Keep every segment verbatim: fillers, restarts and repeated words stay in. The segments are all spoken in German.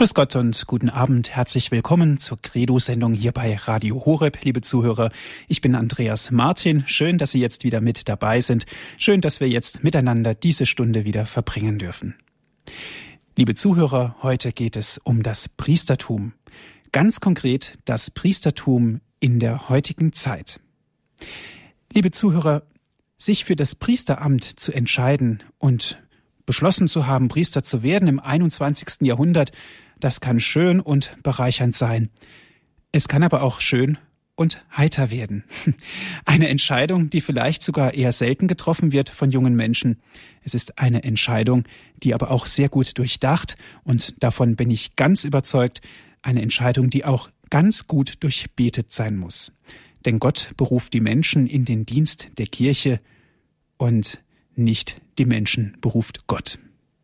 Grüß Gott und guten Abend. Herzlich willkommen zur Credo-Sendung hier bei Radio Horeb, liebe Zuhörer. Ich bin Andreas Martin. Schön, dass Sie jetzt wieder mit dabei sind. Schön, dass wir jetzt miteinander diese Stunde wieder verbringen dürfen. Liebe Zuhörer, heute geht es um das Priestertum. Ganz konkret das Priestertum in der heutigen Zeit. Liebe Zuhörer, sich für das Priesteramt zu entscheiden und beschlossen zu haben, Priester zu werden im einundzwanzigsten Jahrhundert, das kann schön und bereichernd sein. Es kann aber auch schön und heiter werden. Eine Entscheidung, die vielleicht sogar eher selten getroffen wird von jungen Menschen. Es ist eine Entscheidung, die aber auch sehr gut durchdacht, und davon bin ich ganz überzeugt, eine Entscheidung, die auch ganz gut durchbetet sein muss. Denn Gott beruft die Menschen in den Dienst der Kirche und nicht die Menschen beruft Gott.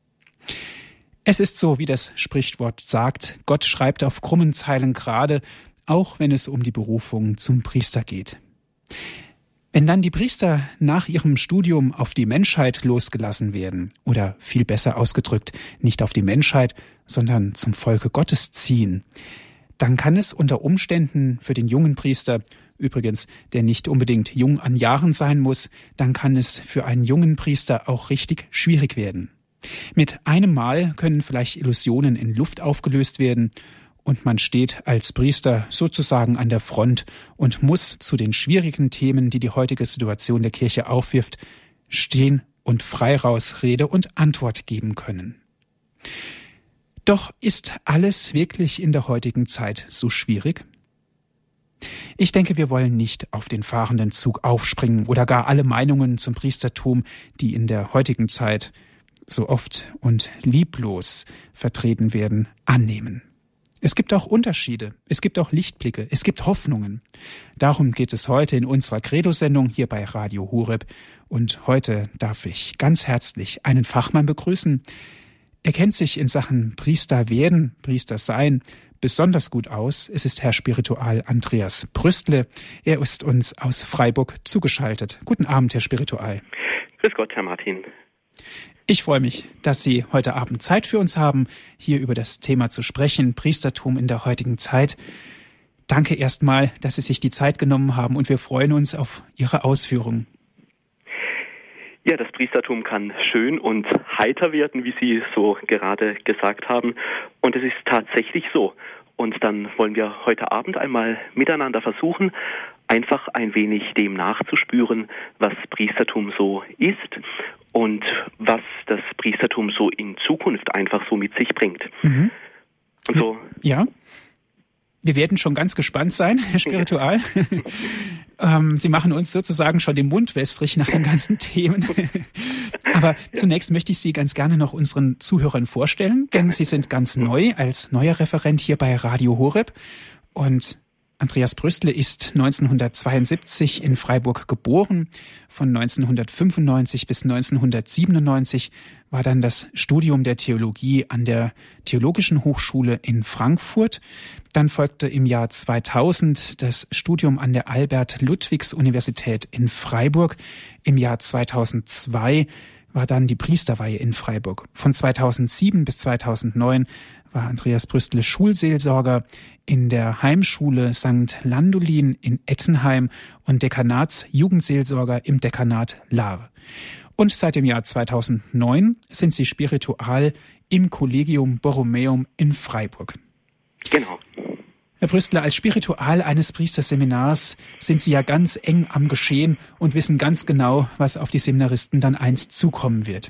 Es ist so, wie das Sprichwort sagt, Gott schreibt auf krummen Zeilen gerade, auch wenn es um die Berufung zum Priester geht. Wenn dann die Priester nach ihrem Studium auf die Menschheit losgelassen werden, oder viel besser ausgedrückt, nicht auf die Menschheit, sondern zum Volke Gottes ziehen, dann kann es unter Umständen für den jungen Priester, übrigens, der nicht unbedingt jung an Jahren sein muss, dann kann es für einen jungen Priester auch richtig schwierig werden. Mit einem Mal können vielleicht Illusionen in Luft aufgelöst werden und man steht als Priester sozusagen an der Front und muss zu den schwierigen Themen, die die heutige Situation der Kirche aufwirft, stehen und frei raus Rede und Antwort geben können. Doch ist alles wirklich in der heutigen Zeit so schwierig? Ich denke, wir wollen nicht auf den fahrenden Zug aufspringen oder gar alle Meinungen zum Priestertum, die in der heutigen Zeit so oft und lieblos vertreten werden, annehmen. Es gibt auch Unterschiede, es gibt auch Lichtblicke, es gibt Hoffnungen. Darum geht es heute in unserer Credo-Sendung hier bei Radio Horeb. Und heute darf ich ganz herzlich einen Fachmann begrüßen. Er kennt sich in Sachen Priester werden, Priester sein besonders gut aus. Es ist Herr Spiritual Andreas Brüstle. Er ist uns aus Freiburg zugeschaltet. Guten Abend, Herr Spiritual. Grüß Gott, Herr Martin. Ich freue mich, dass Sie heute Abend Zeit für uns haben, hier über das Thema zu sprechen, Priestertum in der heutigen Zeit. Danke erstmal, dass Sie sich die Zeit genommen haben, und wir freuen uns auf Ihre Ausführungen. Ja, das Priestertum kann schön und heiter werden, wie Sie so gerade gesagt haben. Und es ist tatsächlich so. Und dann wollen wir heute Abend einmal miteinander versuchen, einfach ein wenig dem nachzuspüren, was Priestertum so ist und was das Priestertum so in Zukunft einfach so mit sich bringt. Mhm. Und so. Ja. Wir werden schon ganz gespannt sein, Herr Spiritual. ähm, Sie machen uns sozusagen schon den Mund wässrig nach den ganzen Themen. Aber zunächst möchte ich Sie ganz gerne noch unseren Zuhörern vorstellen, denn Sie sind ganz neu als neuer Referent hier bei Radio Horeb. Und Andreas Brüstle ist neunzehnhundertzweiundsiebzig in Freiburg geboren. Von neunzehnhundertfünfundneunzig bis neunzehnhundertsiebenundneunzig war dann das Studium der Theologie an der Theologischen Hochschule in Frankfurt. Dann folgte im Jahr zweitausend das Studium an der Albert-Ludwigs-Universität in Freiburg. Im Jahr zweitausendzwei war dann die Priesterweihe in Freiburg. Von zweitausendsieben bis zweitausendneun war Andreas Brüstle Schulseelsorger in der Heimschule Sankt Landolin in Ettenheim und Dekanatsjugendseelsorger im Dekanat Lahr. Und seit dem Jahr zweitausendneun sind Sie Spiritual im Collegium Borromeum in Freiburg. Genau. Herr Brüstle, als Spiritual eines Priesterseminars sind Sie ja ganz eng am Geschehen und wissen ganz genau, was auf die Seminaristen dann einst zukommen wird.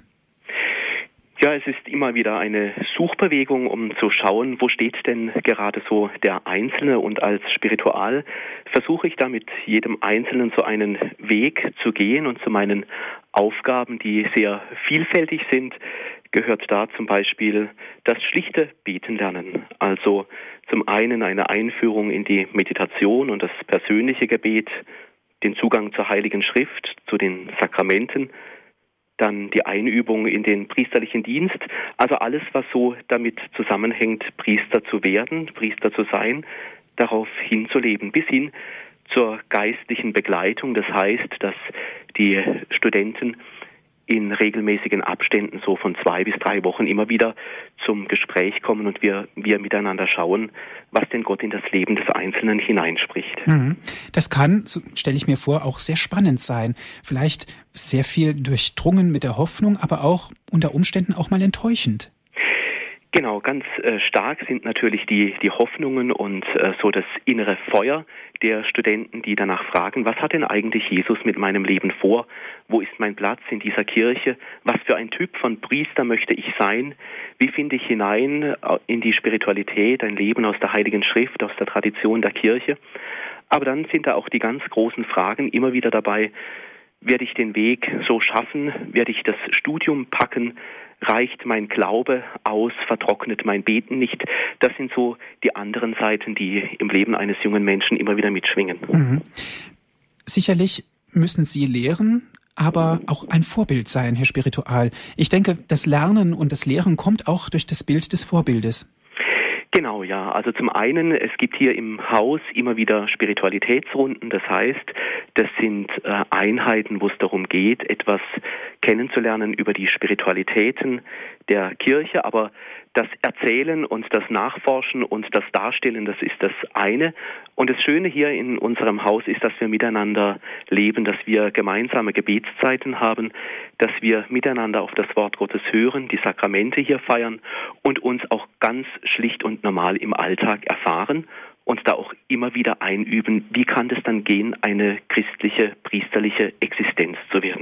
Ja, es ist immer wieder eine Suchbewegung, um zu schauen, wo steht denn gerade so der Einzelne, und als Spiritual versuche ich da mit jedem Einzelnen so einen Weg zu gehen, und zu meinen Aufgaben, die sehr vielfältig sind, gehört da zum Beispiel das schlichte Beten lernen. Also zum einen eine Einführung in die Meditation und das persönliche Gebet, den Zugang zur Heiligen Schrift, zu den Sakramenten, dann die Einübung in den priesterlichen Dienst, also alles, was so damit zusammenhängt, Priester zu werden, Priester zu sein, darauf hinzuleben, bis hin zur geistlichen Begleitung. Das heißt, dass die Studenten in regelmäßigen Abständen so von zwei bis drei Wochen immer wieder zum Gespräch kommen und wir, wir miteinander schauen, was denn Gott in das Leben des Einzelnen hineinspricht. Das kann, so stelle ich mir vor, auch sehr spannend sein. Vielleicht sehr viel durchdrungen mit der Hoffnung, aber auch unter Umständen auch mal enttäuschend. Genau, ganz äh, stark sind natürlich die, die Hoffnungen und äh, so das innere Feuer der Studenten, die danach fragen, was hat denn eigentlich Jesus mit meinem Leben vor? Wo ist mein Platz in dieser Kirche? Was für ein Typ von Priester möchte ich sein? Wie finde ich hinein in die Spiritualität, ein Leben aus der Heiligen Schrift, aus der Tradition der Kirche? Aber dann sind da auch die ganz großen Fragen immer wieder dabei, werde ich den Weg so schaffen? Werde ich das Studium packen? Reicht mein Glaube aus? Vertrocknet mein Beten nicht? Das sind so die anderen Seiten, die im Leben eines jungen Menschen immer wieder mitschwingen. Mhm. Sicherlich müssen Sie lehren, aber auch ein Vorbild sein, Herr Spiritual. Ich denke, das Lernen und das Lehren kommt auch durch das Bild des Vorbildes. Genau, ja. Also zum einen, es gibt hier im Haus immer wieder Spiritualitätsrunden. Das heißt, das sind äh, Einheiten, wo es darum geht, etwas kennenzulernen über die Spiritualitäten der Kirche. Aber das Erzählen und das Nachforschen und das Darstellen, das ist das eine. Und das Schöne hier in unserem Haus ist, dass wir miteinander leben, dass wir gemeinsame Gebetszeiten haben, dass wir miteinander auf das Wort Gottes hören, die Sakramente hier feiern und uns auch ganz schlicht und normal im Alltag erfahren und da auch immer wieder einüben, wie kann es dann gehen, eine christliche, priesterliche Existenz zu werden.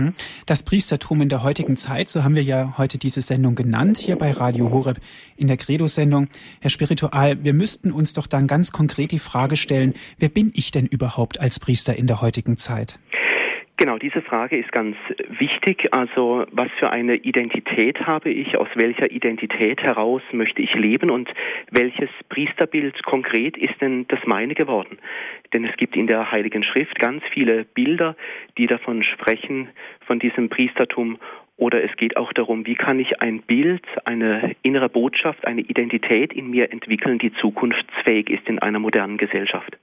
Das Priestertum in der heutigen Zeit, so haben wir ja heute diese Sendung genannt, hier bei Radio Horeb in der Credo-Sendung. Herr Spiritual, wir müssten uns doch dann ganz konkret die Frage stellen, wer bin ich denn überhaupt als Priester in der heutigen Zeit? Genau, diese Frage ist ganz wichtig. Also was für eine Identität habe ich, aus welcher Identität heraus möchte ich leben und welches Priesterbild konkret ist denn das meine geworden? Denn es gibt in der Heiligen Schrift ganz viele Bilder, die davon sprechen, von diesem Priestertum. Oder es geht auch darum, wie kann ich ein Bild, eine innere Botschaft, eine Identität in mir entwickeln, die zukunftsfähig ist in einer modernen Gesellschaft.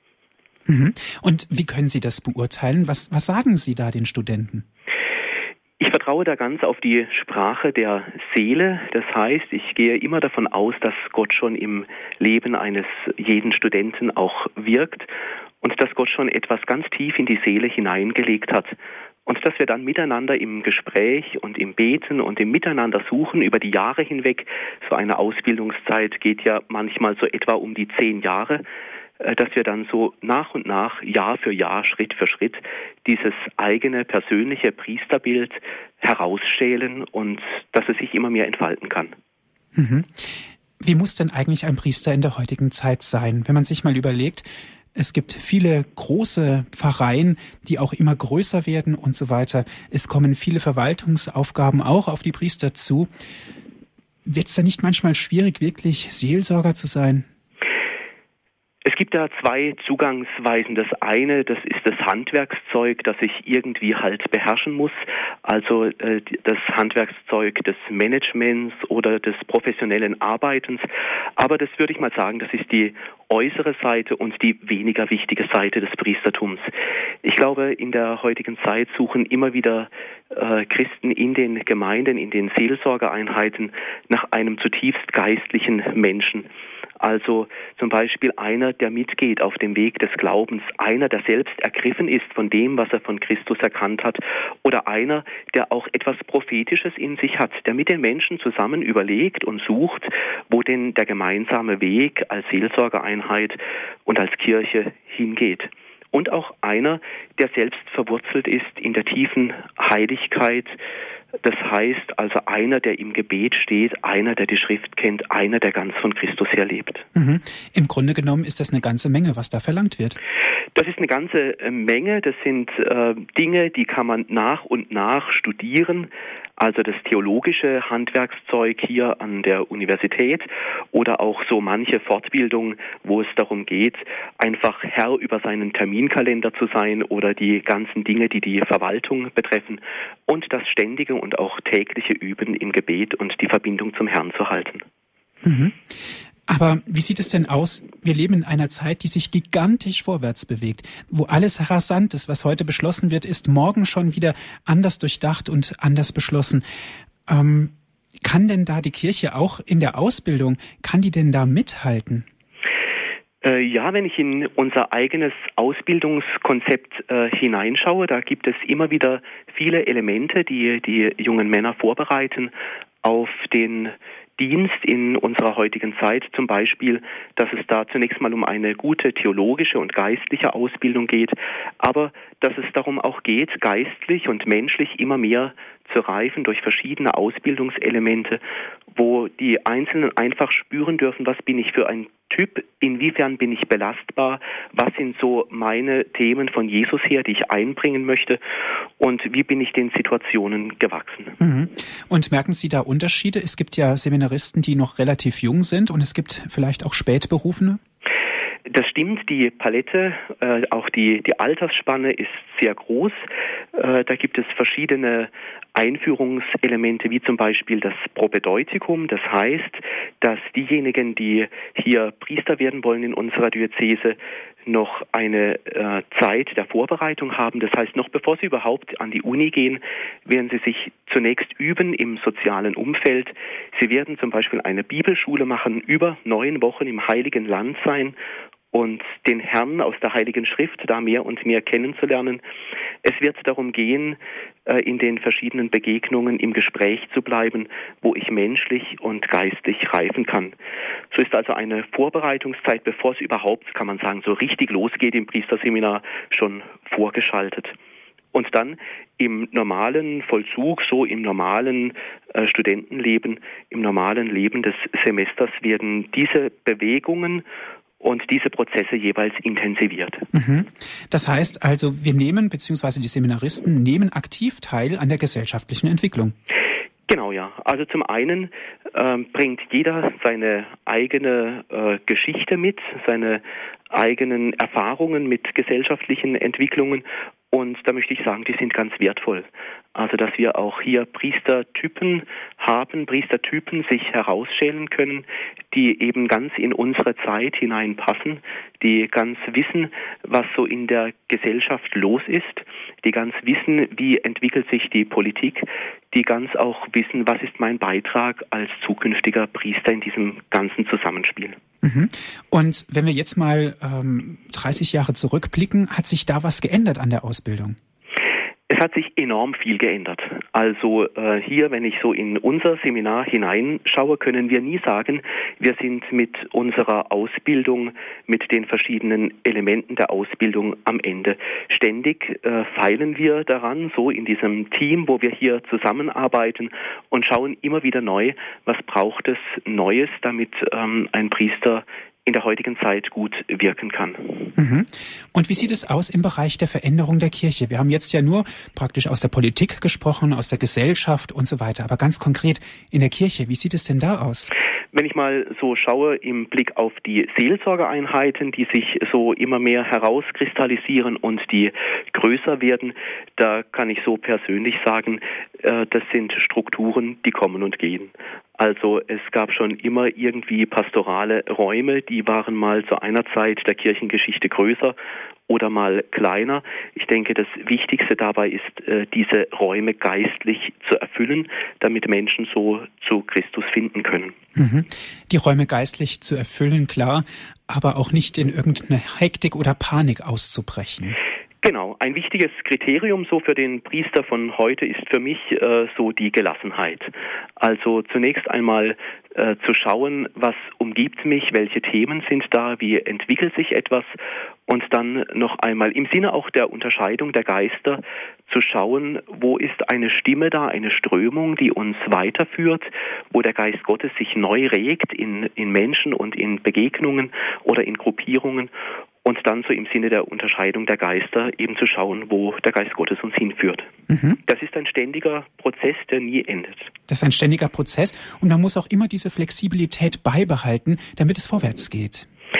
Und wie können Sie das beurteilen? Was, was sagen Sie da den Studenten? Ich vertraue da ganz auf die Sprache der Seele. Das heißt, ich gehe immer davon aus, dass Gott schon im Leben eines jeden Studenten auch wirkt und dass Gott schon etwas ganz tief in die Seele hineingelegt hat. Und dass wir dann miteinander im Gespräch und im Beten und im Miteinander suchen über die Jahre hinweg, so eine Ausbildungszeit geht ja manchmal so etwa um die zehn Jahre, dass wir dann so nach und nach, Jahr für Jahr, Schritt für Schritt dieses eigene persönliche Priesterbild herausschälen und dass es sich immer mehr entfalten kann. Mhm. Wie muss denn eigentlich ein Priester in der heutigen Zeit sein? Wenn man sich mal überlegt, es gibt viele große Pfarreien, die auch immer größer werden und so weiter. Es kommen viele Verwaltungsaufgaben auch auf die Priester zu. Wird es da nicht manchmal schwierig, wirklich Seelsorger zu sein? Es gibt da zwei Zugangsweisen. Das eine, das ist das Handwerkszeug, das ich irgendwie halt beherrschen muss. Also äh, das Handwerkszeug des Managements oder des professionellen Arbeitens. Aber das würde ich mal sagen, das ist die äußere Seite und die weniger wichtige Seite des Priestertums. Ich glaube, in der heutigen Zeit suchen immer wieder äh, Christen in den Gemeinden, in den Seelsorgereinheiten nach einem zutiefst geistlichen Menschen. Also zum Beispiel einer, der mitgeht auf dem Weg des Glaubens, einer, der selbst ergriffen ist von dem, was er von Christus erkannt hat, oder einer, der auch etwas Prophetisches in sich hat, der mit den Menschen zusammen überlegt und sucht, wo denn der gemeinsame Weg als Seelsorgereinheit und als Kirche hingeht. Und auch einer, der selbst verwurzelt ist in der tiefen Heiligkeit. Das heißt also einer, der im Gebet steht, einer, der die Schrift kennt, einer, der ganz von Christus her lebt. Mhm. Im Grunde genommen ist das eine ganze Menge, was da verlangt wird. Das ist eine ganze Menge. Das sind äh, Dinge, die kann man nach und nach studieren. Also das theologische Handwerkszeug hier an der Universität oder auch so manche Fortbildung, wo es darum geht, einfach Herr über seinen Terminkalender zu sein oder die ganzen Dinge, die die Verwaltung betreffen und das ständige und auch tägliche Üben im Gebet und die Verbindung zum Herrn zu halten. Mhm. Aber wie sieht es denn aus? Wir leben in einer Zeit, die sich gigantisch vorwärts bewegt, wo alles rasant ist. Was heute beschlossen wird, ist morgen schon wieder anders durchdacht und anders beschlossen. Ähm, kann denn da die Kirche auch in der Ausbildung, kann die denn da mithalten? Ja, wenn ich in unser eigenes Ausbildungskonzept äh, hineinschaue, da gibt es immer wieder viele Elemente, die die jungen Männer vorbereiten auf den Dienst in unserer heutigen Zeit. Zum Beispiel, dass es da zunächst mal um eine gute theologische und geistliche Ausbildung geht, aber dass es darum auch geht, geistlich und menschlich immer mehr zu reifen durch verschiedene Ausbildungselemente, wo die Einzelnen einfach spüren dürfen, was bin ich für ein Typ, inwiefern bin ich belastbar, was sind so meine Themen von Jesus her, die ich einbringen möchte und wie bin ich den Situationen gewachsen. Mhm. Und merken Sie da Unterschiede? Es gibt ja Seminaristen, die noch relativ jung sind und es gibt vielleicht auch Spätberufene? Das stimmt, die Palette, äh, auch die, die Altersspanne ist sehr groß. Äh, da gibt es verschiedene Einführungselemente, wie zum Beispiel das Propedeutikum. Das heißt, dass diejenigen, die hier Priester werden wollen in unserer Diözese, noch eine äh, Zeit der Vorbereitung haben. Das heißt, noch bevor sie überhaupt an die Uni gehen, werden sie sich zunächst üben im sozialen Umfeld. Sie werden zum Beispiel eine Bibelschule machen, über neun Wochen im Heiligen Land sein und den Herrn aus der Heiligen Schrift da mehr und mehr kennenzulernen. Es wird darum gehen, in den verschiedenen Begegnungen im Gespräch zu bleiben, wo ich menschlich und geistlich reifen kann. So ist also eine Vorbereitungszeit, bevor es überhaupt, kann man sagen, so richtig losgeht im Priesterseminar, schon vorgeschaltet. Und dann im normalen Vollzug, so im normalen äh, Studentenleben, im normalen Leben des Semesters werden diese Bewegungen und diese Prozesse jeweils intensiviert. Mhm. Das heißt also, wir nehmen, beziehungsweise die Seminaristen nehmen aktiv teil an der gesellschaftlichen Entwicklung. Genau, ja. Also zum einen äh, bringt jeder seine eigene äh, Geschichte mit, seine eigenen Erfahrungen mit gesellschaftlichen Entwicklungen. Und da möchte ich sagen, die sind ganz wertvoll. Also, dass wir auch hier Priestertypen haben, Priestertypen sich herausschälen können, die eben ganz in unsere Zeit hineinpassen, die ganz wissen, was so in der Gesellschaft los ist, die ganz wissen, wie entwickelt sich die Politik, die ganz auch wissen, was ist mein Beitrag als zukünftiger Priester in diesem ganzen Zusammenspiel. Mhm. Und wenn wir jetzt mal ähm, dreißig Jahre zurückblicken, hat sich da was geändert an der Ausbildung? Es hat sich enorm viel geändert. Also äh, hier, wenn ich so in unser Seminar hineinschaue, können wir nie sagen, wir sind mit unserer Ausbildung, mit den verschiedenen Elementen der Ausbildung am Ende. Ständig äh, feilen wir daran, so in diesem Team, wo wir hier zusammenarbeiten und schauen immer wieder neu, was braucht es Neues, damit ähm, ein Priester in der heutigen Zeit gut wirken kann. Mhm. Und wie sieht es aus im Bereich der Veränderung der Kirche? Wir haben jetzt ja nur praktisch aus der Politik gesprochen, aus der Gesellschaft und so weiter. Aber ganz konkret in der Kirche, wie sieht es denn da aus? Wenn ich mal so schaue im Blick auf die Seelsorgeeinheiten, die sich so immer mehr herauskristallisieren und die größer werden, da kann ich so persönlich sagen, äh, das sind Strukturen, die kommen und gehen. Also es gab schon immer irgendwie pastorale Räume, die waren mal zu einer Zeit der Kirchengeschichte größer oder mal kleiner. Ich denke, das Wichtigste dabei ist, äh, diese Räume geistlich zu erfüllen, damit Menschen so zu Christus finden können. Mhm. Die Räume geistlich zu erfüllen, klar, aber auch nicht in irgendeine Hektik oder Panik auszubrechen. Genau, ein wichtiges Kriterium so für den Priester von heute ist für mich äh, so die Gelassenheit. Also zunächst einmal äh, zu schauen, was umgibt mich, welche Themen sind da, wie entwickelt sich etwas und dann noch einmal im Sinne auch der Unterscheidung der Geister zu schauen, wo ist eine Stimme da, eine Strömung, die uns weiterführt, wo der Geist Gottes sich neu regt in, in Menschen und in Begegnungen oder in Gruppierungen. Und dann so im Sinne der Unterscheidung der Geister eben zu schauen, wo der Geist Gottes uns hinführt. Mhm. Das ist ein ständiger Prozess, der nie endet. Das ist ein ständiger Prozess und man muss auch immer diese Flexibilität beibehalten, damit es vorwärts geht.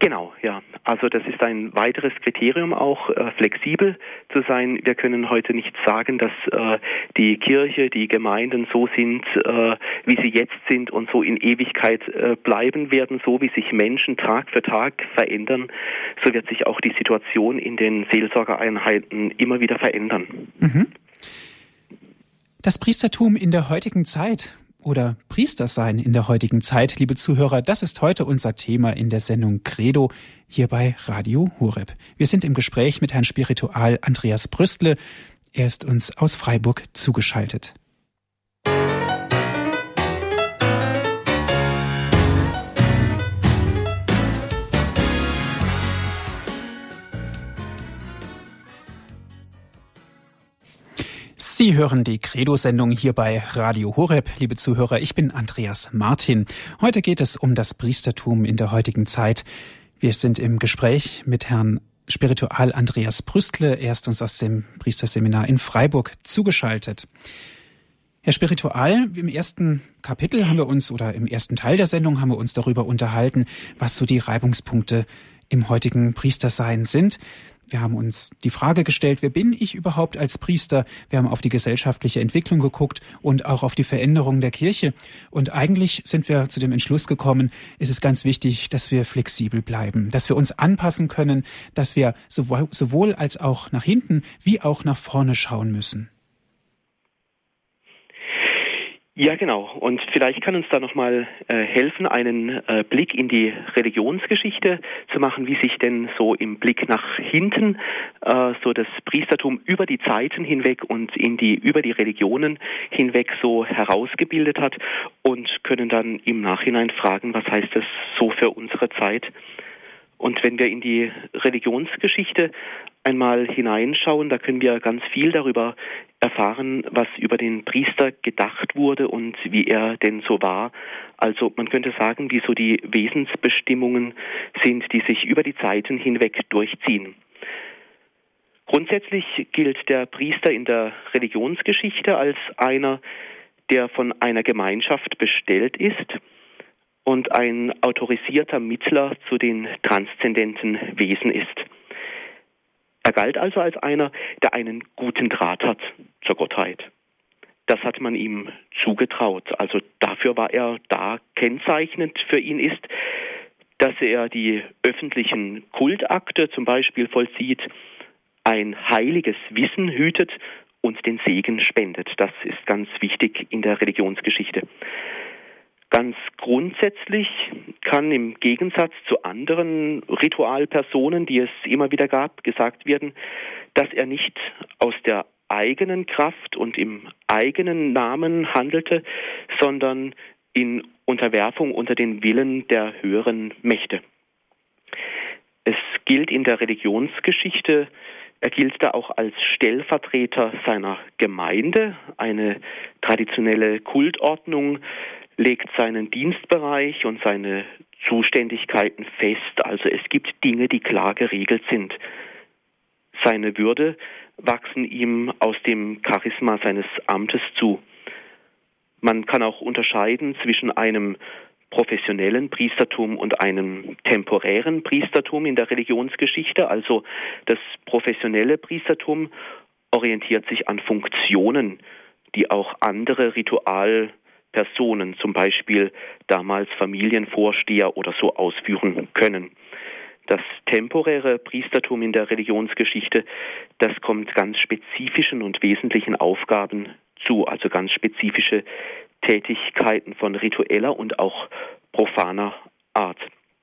Genau, ja. Also das ist ein weiteres Kriterium auch, äh, flexibel zu sein. Wir können heute nicht sagen, dass äh, die Kirche, die Gemeinden so sind, äh, wie sie jetzt sind und so in Ewigkeit äh, bleiben werden. So wie sich Menschen Tag für Tag verändern, so wird sich auch die Situation in den Seelsorgereinheiten immer wieder verändern. Mhm. Das Priestertum in der heutigen Zeit oder Priestersein in der heutigen Zeit, liebe Zuhörer, das ist heute unser Thema in der Sendung Credo hier bei Radio Horeb. Wir sind im Gespräch mit Herrn Spiritual Andreas Brüstle. Er ist uns aus Freiburg zugeschaltet. Sie hören die Credo-Sendung hier bei Radio Horeb, liebe Zuhörer. Ich bin Andreas Martin. Heute geht es um das Priestertum in der heutigen Zeit. Wir sind im Gespräch mit Herrn Spiritual Andreas Brüstle. Er ist uns aus dem Priesterseminar in Freiburg zugeschaltet. Herr Spiritual, im ersten Kapitel haben wir uns, oder im ersten Teil der Sendung haben wir uns darüber unterhalten, was so die Reibungspunkte im heutigen Priestersein sind. Wir haben uns die Frage gestellt, wer bin ich überhaupt als Priester? Wir haben auf die gesellschaftliche Entwicklung geguckt und auch auf die Veränderung der Kirche. Und eigentlich sind wir zu dem Entschluss gekommen, es ist ganz wichtig, dass wir flexibel bleiben, dass wir uns anpassen können, dass wir sowohl, sowohl als auch nach hinten wie auch nach vorne schauen müssen. Ja, genau. Und vielleicht kann uns da nochmal äh, helfen, einen äh, Blick in die Religionsgeschichte zu machen, wie sich denn so im Blick nach hinten äh, so das Priestertum über die Zeiten hinweg und in die über die Religionen hinweg so herausgebildet hat, und können dann im Nachhinein fragen, was heißt das so für unsere Zeit? Und wenn wir in die Religionsgeschichte einmal hineinschauen, da können wir ganz viel darüber erfahren, was über den Priester gedacht wurde und wie er denn so war. Also man könnte sagen, wie so die Wesensbestimmungen sind, die sich über die Zeiten hinweg durchziehen. Grundsätzlich gilt der Priester in der Religionsgeschichte als einer, der von einer Gemeinschaft bestellt ist und ein autorisierter Mittler zu den transzendenten Wesen ist. Er galt also als einer, der einen guten Draht hat zur Gottheit. Das hat man ihm zugetraut. Also dafür war er da. Kennzeichnend für ihn ist, dass er die öffentlichen Kultakte zum Beispiel vollzieht, ein heiliges Wissen hütet und den Segen spendet. Das ist ganz wichtig in der Religionsgeschichte. Ganz grundsätzlich kann im Gegensatz zu anderen Ritualpersonen, die es immer wieder gab, gesagt werden, dass er nicht aus der eigenen Kraft und im eigenen Namen handelte, sondern in Unterwerfung unter den Willen der höheren Mächte. Es gilt in der Religionsgeschichte, er gilt da auch als Stellvertreter seiner Gemeinde. Eine traditionelle Kultordnung legt seinen Dienstbereich und seine Zuständigkeiten fest. Also es gibt Dinge, die klar geregelt sind. Seine Würde wachsen ihm aus dem Charisma seines Amtes zu. Man kann auch unterscheiden zwischen einem professionellen Priestertum und einem temporären Priestertum in der Religionsgeschichte. Also das professionelle Priestertum orientiert sich an Funktionen, die auch andere Ritualpersonen, zum Beispiel damals Familienvorsteher oder so, ausführen können. Das temporäre Priestertum in der Religionsgeschichte, das kommt ganz spezifischen und wesentlichen Aufgaben zu, also ganz spezifische Tätigkeiten von ritueller und auch profaner Art.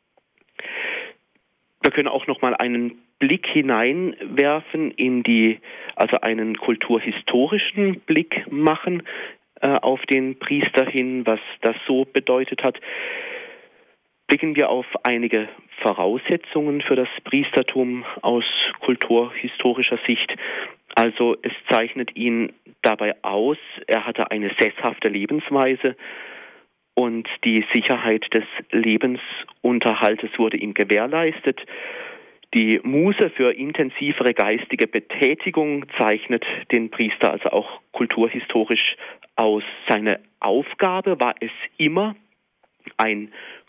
Wir können auch noch mal einen Blick hineinwerfen in die, also einen kulturhistorischen Blick machen äh, auf den Priester hin, was das so bedeutet hat. Blicken wir auf einige Voraussetzungen für das Priestertum aus kulturhistorischer Sicht. Also es zeichnet ihn dabei aus, er hatte eine sesshafte Lebensweise und die Sicherheit des Lebensunterhaltes wurde ihm gewährleistet. Die Muße für intensivere geistige Betätigung zeichnet den Priester also auch kulturhistorisch aus. Seine Aufgabe war es immer, ein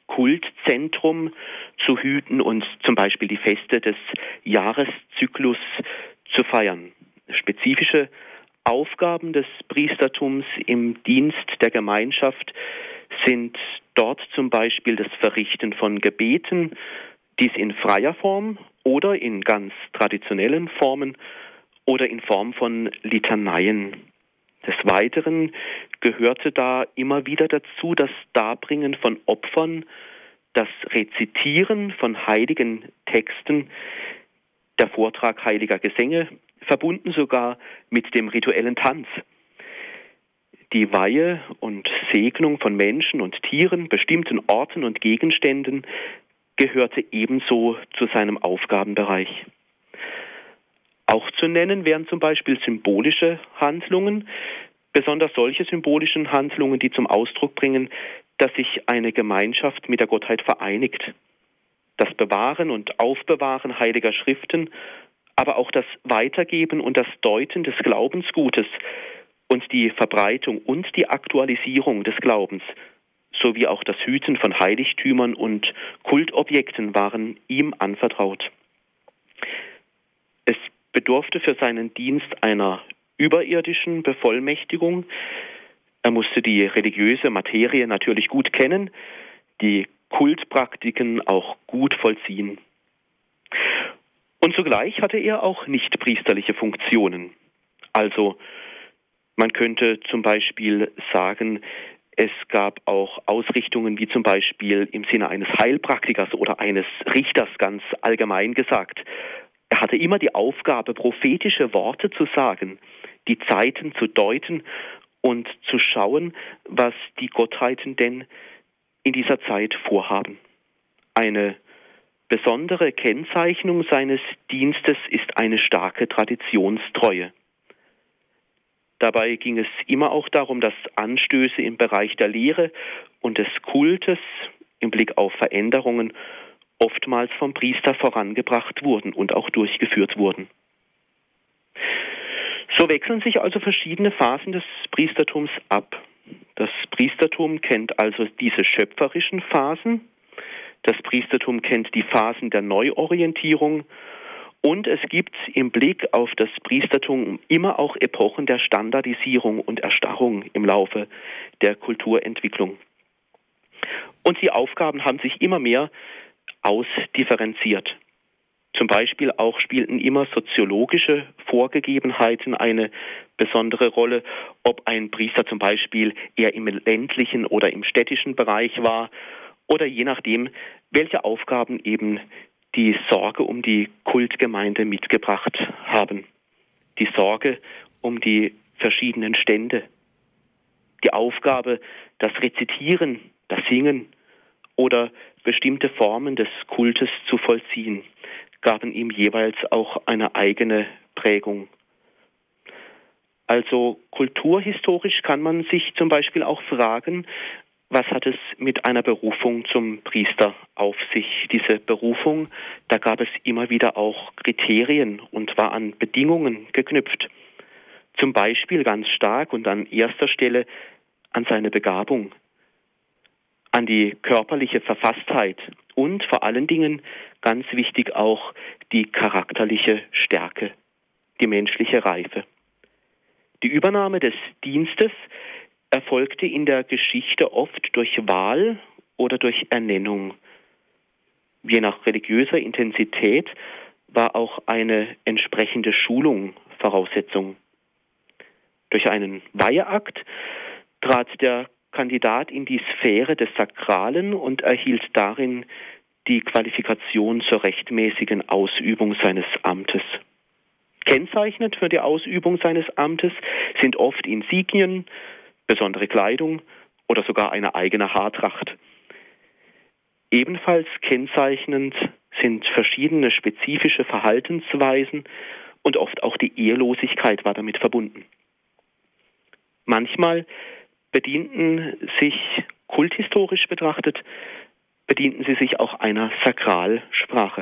Kultzentrum zu hüten und zum Beispiel die Feste des Jahreszyklus zu feiern. Spezifische Aufgaben des Priestertums im Dienst der Gemeinschaft sind dort zum Beispiel das Verrichten von Gebeten, dies in freier Form oder in ganz traditionellen Formen oder in Form von Litaneien. Des Weiteren gehörte da immer wieder dazu das Darbringen von Opfern, das Rezitieren von heiligen Texten, der Vortrag heiliger Gesänge, verbunden sogar mit dem rituellen Tanz. Die Weihe und Segnung von Menschen und Tieren, bestimmten Orten und Gegenständen gehörte ebenso zu seinem Aufgabenbereich. Auch zu nennen wären zum Beispiel symbolische Handlungen, besonders solche symbolischen Handlungen, die zum Ausdruck bringen, dass sich eine Gemeinschaft mit der Gottheit vereinigt. Das Bewahren und Aufbewahren heiliger Schriften, aber auch das Weitergeben und das Deuten des Glaubensgutes und die Verbreitung und die Aktualisierung des Glaubens, sowie auch das Hüten von Heiligtümern und Kultobjekten waren ihm anvertraut. Es bedurfte für seinen Dienst einer überirdischen Bevollmächtigung. Er musste die religiöse Materie natürlich gut kennen, die Kultpraktiken auch gut vollziehen. Und zugleich hatte er auch nicht priesterliche Funktionen. Also man könnte zum Beispiel sagen, es gab auch Ausrichtungen wie zum Beispiel im Sinne eines Heilpraktikers oder eines Richters, ganz allgemein gesagt. Er hatte immer die Aufgabe, prophetische Worte zu sagen, die Zeiten zu deuten und zu schauen, was die Gottheiten denn in dieser Zeit vorhaben. Eine besondere Kennzeichnung seines Dienstes ist eine starke Traditionstreue. Dabei ging es immer auch darum, dass Anstöße im Bereich der Lehre und des Kultes im Blick auf Veränderungen oftmals vom Priester vorangebracht wurden und auch durchgeführt wurden. So wechseln sich also verschiedene Phasen des Priestertums ab. Das Priestertum kennt also diese schöpferischen Phasen, das Priestertum kennt die Phasen der Neuorientierung und es gibt im Blick auf das Priestertum immer auch Epochen der Standardisierung und Erstarrung im Laufe der Kulturentwicklung. Und die Aufgaben haben sich immer mehr ausdifferenziert. Zum Beispiel auch spielten immer soziologische Vorgegebenheiten eine besondere Rolle, ob ein Priester zum Beispiel eher im ländlichen oder im städtischen Bereich war oder je nachdem, welche Aufgaben eben die Sorge um die Kultgemeinde mitgebracht haben. Die Sorge um die verschiedenen Stände, die Aufgabe, das Rezitieren, das Singen oder bestimmte Formen des Kultes zu vollziehen, gaben ihm jeweils auch eine eigene Prägung. Also kulturhistorisch kann man sich zum Beispiel auch fragen, was hat es mit einer Berufung zum Priester auf sich? Diese Berufung, da gab es immer wieder auch Kriterien und war an Bedingungen geknüpft. Zum Beispiel ganz stark und an erster Stelle an seine Begabung, an die körperliche Verfasstheit und vor allen Dingen ganz wichtig auch die charakterliche Stärke, die menschliche Reife. Die Übernahme des Dienstes erfolgte in der Geschichte oft durch Wahl oder durch Ernennung. Je nach religiöser Intensität war auch eine entsprechende Schulung Voraussetzung. Durch einen Weiheakt trat der Kandidat in die Sphäre des Sakralen und erhielt darin die Qualifikation zur rechtmäßigen Ausübung seines Amtes. Kennzeichnend für die Ausübung seines Amtes sind oft Insignien, besondere Kleidung oder sogar eine eigene Haartracht. Ebenfalls kennzeichnend sind verschiedene spezifische Verhaltensweisen und oft auch die Ehelosigkeit war damit verbunden. Manchmal bedienten sich, kulthistorisch betrachtet, bedienten sie sich auch einer Sakralsprache.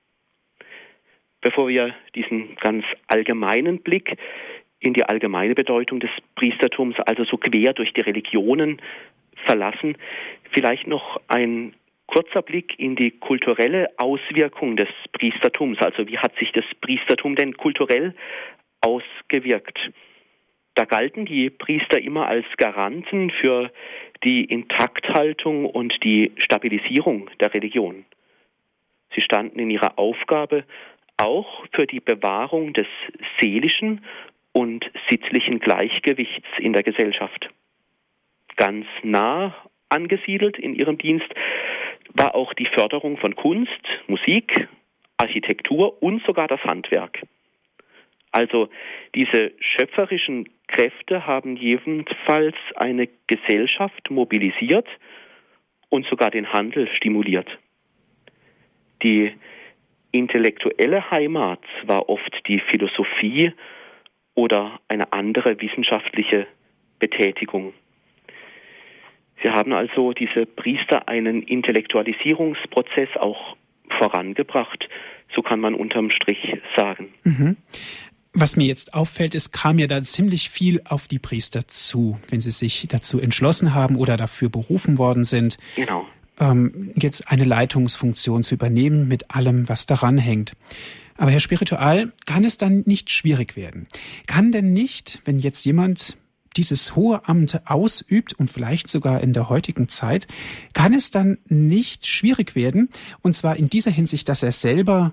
Bevor wir diesen ganz allgemeinen Blick in die allgemeine Bedeutung des Priestertums, also so quer durch die Religionen verlassen, vielleicht noch ein kurzer Blick in die kulturelle Auswirkung des Priestertums. Also wie hat sich das Priestertum denn kulturell ausgewirkt? Da galten die Priester immer als Garanten für die Intakthaltung und die Stabilisierung der Religion. Sie standen in ihrer Aufgabe auch für die Bewahrung des seelischen und sittlichen Gleichgewichts in der Gesellschaft. Ganz nah angesiedelt in ihrem Dienst war auch die Förderung von Kunst, Musik, Architektur und sogar das Handwerk. Also diese schöpferischen Kräfte haben jedenfalls eine Gesellschaft mobilisiert und sogar den Handel stimuliert. Die intellektuelle Heimat war oft die Philosophie oder eine andere wissenschaftliche Betätigung. Sie haben also diese Priester einen Intellektualisierungsprozess auch vorangebracht, so kann man unterm Strich sagen. Mhm. Was mir jetzt auffällt, es kam ja da ziemlich viel auf die Priester zu, wenn sie sich dazu entschlossen haben oder dafür berufen worden sind, genau. ähm, jetzt eine Leitungsfunktion zu übernehmen mit allem, was daran hängt. Aber Herr Spiritual, kann es dann nicht schwierig werden? Kann denn nicht, wenn jetzt jemand dieses hohe Amt ausübt und vielleicht sogar in der heutigen Zeit, kann es dann nicht schwierig werden? Und zwar in dieser Hinsicht, dass er selber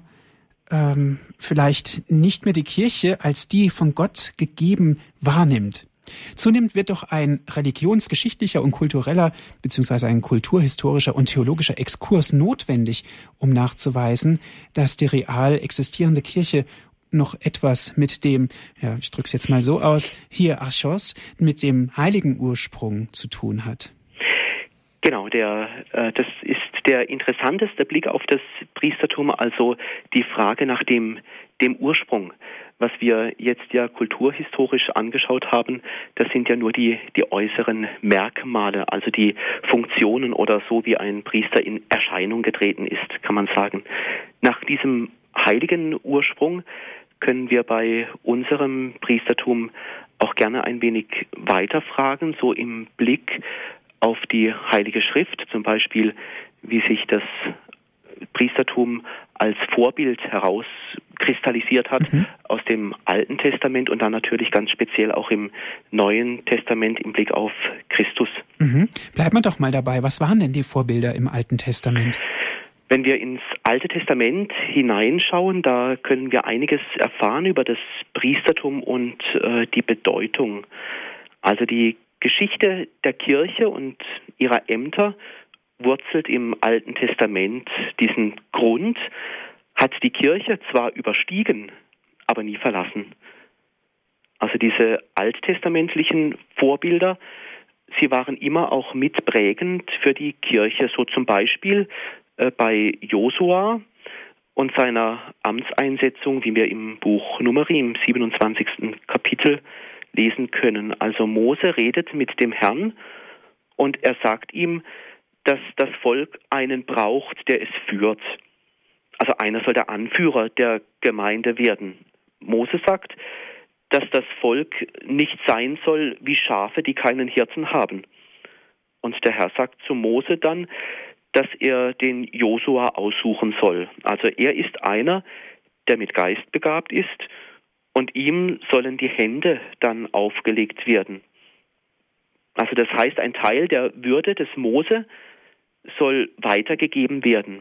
ähm, vielleicht nicht mehr die Kirche als die von Gott gegeben wahrnimmt. Zunehmend wird doch ein religionsgeschichtlicher und kultureller beziehungsweise ein kulturhistorischer und theologischer Exkurs notwendig, um nachzuweisen, dass die real existierende Kirche noch etwas mit dem, ja, ich drücke es jetzt mal so aus, Hierarchos, mit dem heiligen Ursprung zu tun hat. Genau, der, äh, das ist der interessanteste Blick auf das Priestertum, also die Frage nach dem, dem Ursprung. Was wir jetzt ja kulturhistorisch angeschaut haben, das sind ja nur die, die äußeren Merkmale, also die Funktionen oder so, wie ein Priester in Erscheinung getreten ist, kann man sagen. Nach diesem heiligen Ursprung können wir bei unserem Priestertum auch gerne ein wenig weiterfragen, so im Blick auf die Heilige Schrift, zum Beispiel, wie sich das Priestertum als Vorbild herauskristallisiert hat mhm. aus dem Alten Testament und dann natürlich ganz speziell auch im Neuen Testament im Blick auf Christus. Mhm. Bleiben wir doch mal dabei. Was waren denn die Vorbilder im Alten Testament? Wenn wir ins Alte Testament hineinschauen, da können wir einiges erfahren über das Priestertum und äh, die Bedeutung. Also die Geschichte der Kirche und ihrer Ämter wurzelt im Alten Testament. Diesen Grund hat die Kirche zwar überstiegen, aber nie verlassen. Also diese alttestamentlichen Vorbilder, sie waren immer auch mitprägend für die Kirche, so zum Beispiel äh, bei Josua und seiner Amtseinsetzung, wie wir im Buch Numeri im siebenundzwanzigsten Kapitel lesen können. Also Mose redet mit dem Herrn und er sagt ihm, dass das Volk einen braucht, der es führt. Also einer soll der Anführer der Gemeinde werden. Mose sagt, dass das Volk nicht sein soll wie Schafe, die keinen Hirten haben. Und der Herr sagt zu Mose dann, dass er den Josua aussuchen soll. Also er ist einer, der mit Geist begabt ist und ihm sollen die Hände dann aufgelegt werden. Also das heißt, ein Teil der Würde des Mose soll weitergegeben werden.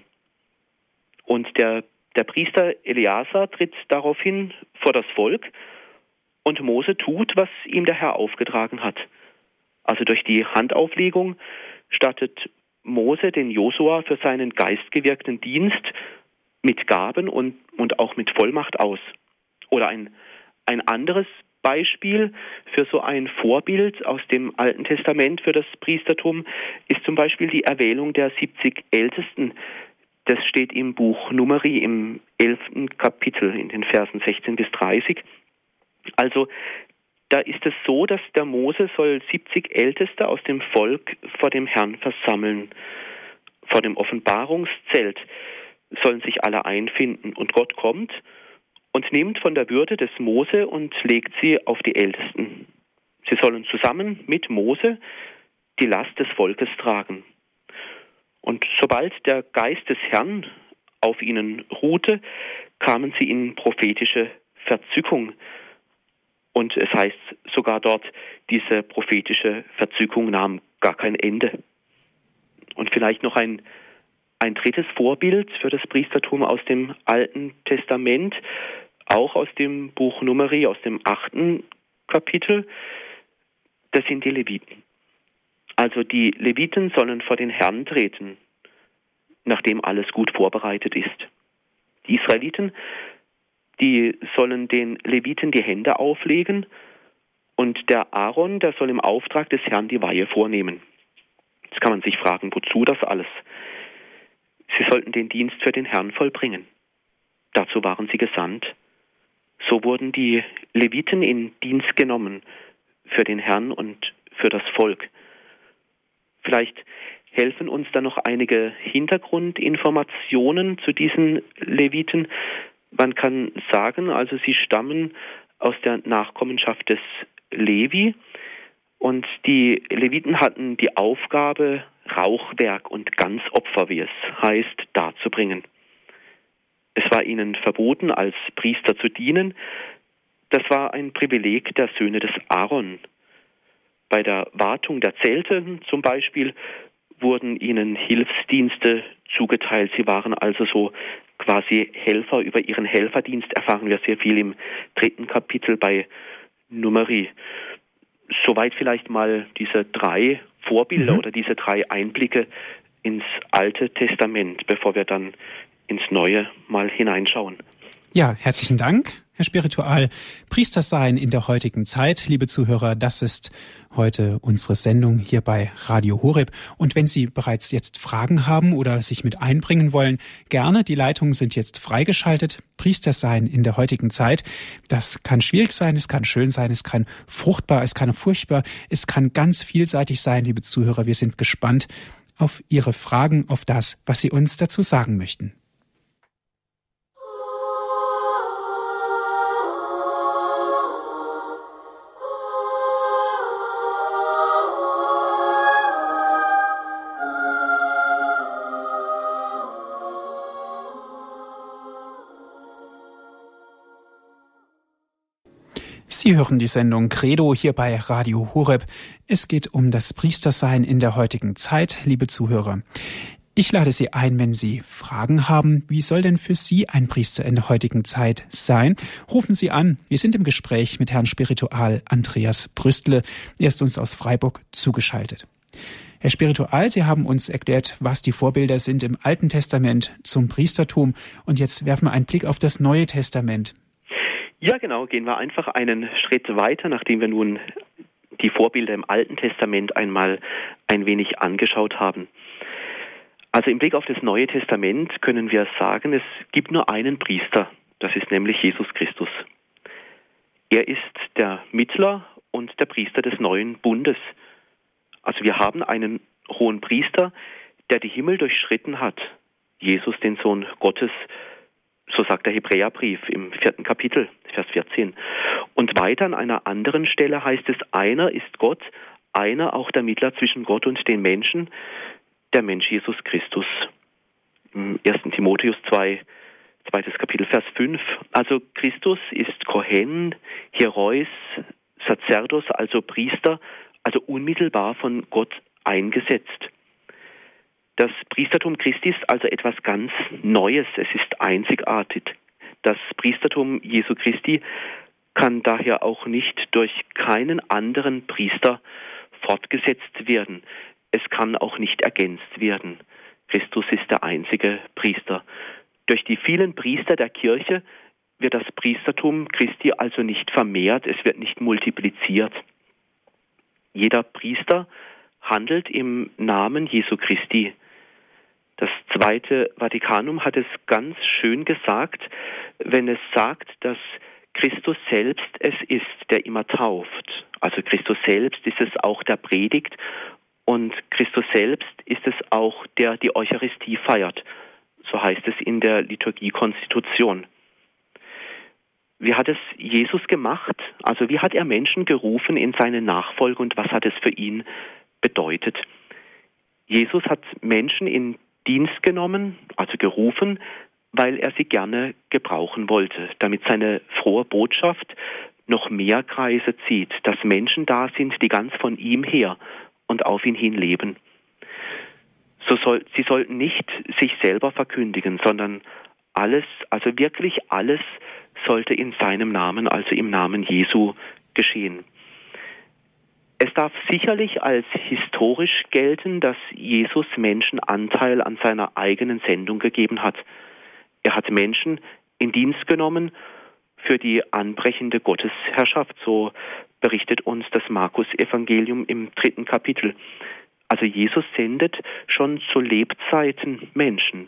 Und der, der Priester Eleazar tritt daraufhin vor das Volk und Mose tut, was ihm der Herr aufgetragen hat. Also durch die Handauflegung stattet Mose den Josua für seinen geistgewirkten Dienst mit Gaben und, und auch mit Vollmacht aus. Oder ein, ein anderes Beispiel für so ein Vorbild aus dem Alten Testament für das Priestertum ist zum Beispiel die Erwählung der siebzig Ältesten. Das steht im Buch Numeri im elften Kapitel in den Versen sechzehn bis dreißig. Also da ist es so, dass der Mose soll siebzig Älteste aus dem Volk vor dem Herrn versammeln. Vor dem Offenbarungszelt sollen sich alle einfinden und Gott kommt und nimmt von der Würde des Mose und legt sie auf die Ältesten. Sie sollen zusammen mit Mose die Last des Volkes tragen. Und sobald der Geist des Herrn auf ihnen ruhte, kamen sie in prophetische Verzückung. Und es heißt sogar dort, diese prophetische Verzückung nahm gar kein Ende. Und vielleicht noch ein, ein drittes Vorbild für das Priestertum aus dem Alten Testament, auch aus dem Buch Numeri, aus dem achten Kapitel, das sind die Leviten. Also die Leviten sollen vor den Herrn treten, nachdem alles gut vorbereitet ist. Die Israeliten, die sollen den Leviten die Hände auflegen und der Aaron, der soll im Auftrag des Herrn die Weihe vornehmen. Jetzt kann man sich fragen, wozu das alles? Sie sollten den Dienst für den Herrn vollbringen. Dazu waren sie gesandt. So wurden die Leviten in Dienst genommen für den Herrn und für das Volk. Vielleicht helfen uns da noch einige Hintergrundinformationen zu diesen Leviten. Man kann sagen, also sie stammen aus der Nachkommenschaft des Levi und die Leviten hatten die Aufgabe, Rauchwerk und Ganzopfer, wie es heißt, darzubringen. Es war ihnen verboten, als Priester zu dienen. Das war ein Privileg der Söhne des Aaron. Bei der Wartung der Zelte zum Beispiel wurden ihnen Hilfsdienste zugeteilt. Sie waren also so quasi Helfer. Über ihren Helferdienst erfahren wir sehr viel im dritten Kapitel bei Numeri. Soweit vielleicht mal diese drei Vorbilder mhm. oder diese drei Einblicke ins Alte Testament, bevor wir dann ins Neue mal hineinschauen. Ja, herzlichen Dank, Herr Spiritual. Priester sein in der heutigen Zeit, liebe Zuhörer, das ist heute unsere Sendung hier bei Radio Horeb. Und wenn Sie bereits jetzt Fragen haben oder sich mit einbringen wollen, gerne, die Leitungen sind jetzt freigeschaltet. Priester sein in der heutigen Zeit, das kann schwierig sein, es kann schön sein, es kann fruchtbar, es kann furchtbar, es kann ganz vielseitig sein, liebe Zuhörer. Wir sind gespannt auf Ihre Fragen, auf das, was Sie uns dazu sagen möchten. Sie hören die Sendung Credo hier bei Radio Horeb. Es geht um das Priestersein in der heutigen Zeit, liebe Zuhörer. Ich lade Sie ein, wenn Sie Fragen haben, wie soll denn für Sie ein Priester in der heutigen Zeit sein? Rufen Sie an. Wir sind im Gespräch mit Herrn Spiritual Andreas Brüstle. Er ist uns aus Freiburg zugeschaltet. Herr Spiritual, Sie haben uns erklärt, was die Vorbilder sind im Alten Testament zum Priestertum. Und jetzt werfen wir einen Blick auf das Neue Testament. Ja, genau. Gehen wir einfach einen Schritt weiter, nachdem wir nun die Vorbilder im Alten Testament einmal ein wenig angeschaut haben. Also im Blick auf das Neue Testament können wir sagen, es gibt nur einen Priester. Das ist nämlich Jesus Christus. Er ist der Mittler und der Priester des neuen Bundes. Also wir haben einen hohen Priester, der die Himmel durchschritten hat. Jesus, den Sohn Gottes. So sagt der Hebräerbrief im vierten Kapitel, Vers vierzehn. Und weiter an einer anderen Stelle heißt es, einer ist Gott, einer auch der Mittler zwischen Gott und den Menschen, der Mensch Jesus Christus. Im ersten Timotheus zwei, zweites Kapitel, Vers fünf. Also Christus ist Kohen, Hierois, Sacerdos, also Priester, also unmittelbar von Gott eingesetzt. Das Priestertum Christi ist also etwas ganz Neues, es ist einzigartig. Das Priestertum Jesu Christi kann daher auch nicht durch keinen anderen Priester fortgesetzt werden. Es kann auch nicht ergänzt werden. Christus ist der einzige Priester. Durch die vielen Priester der Kirche wird das Priestertum Christi also nicht vermehrt, es wird nicht multipliziert. Jeder Priester handelt im Namen Jesu Christi. Das Zweite Vatikanum hat es ganz schön gesagt, wenn es sagt, dass Christus selbst es ist, der immer tauft. Also Christus selbst ist es auch, der predigt, und Christus selbst ist es auch, der die Eucharistie feiert. So heißt es in der Liturgiekonstitution. Wie hat es Jesus gemacht? Also wie hat er Menschen gerufen in seine Nachfolge und was hat es für ihn bedeutet? Jesus hat Menschen in Dienst genommen, also gerufen, weil er sie gerne gebrauchen wollte, damit seine frohe Botschaft noch mehr Kreise zieht, dass Menschen da sind, die ganz von ihm her und auf ihn hin leben. So soll, sie sollten nicht sich selber verkündigen, sondern alles, also wirklich alles, sollte in seinem Namen, also im Namen Jesu, geschehen. Es darf sicherlich als historisch gelten, dass Jesus Menschen Anteil an seiner eigenen Sendung gegeben hat. Er hat Menschen in Dienst genommen für die anbrechende Gottesherrschaft, so berichtet uns das Markus-Evangelium im dritten Kapitel. Also Jesus sendet schon zu Lebzeiten Menschen.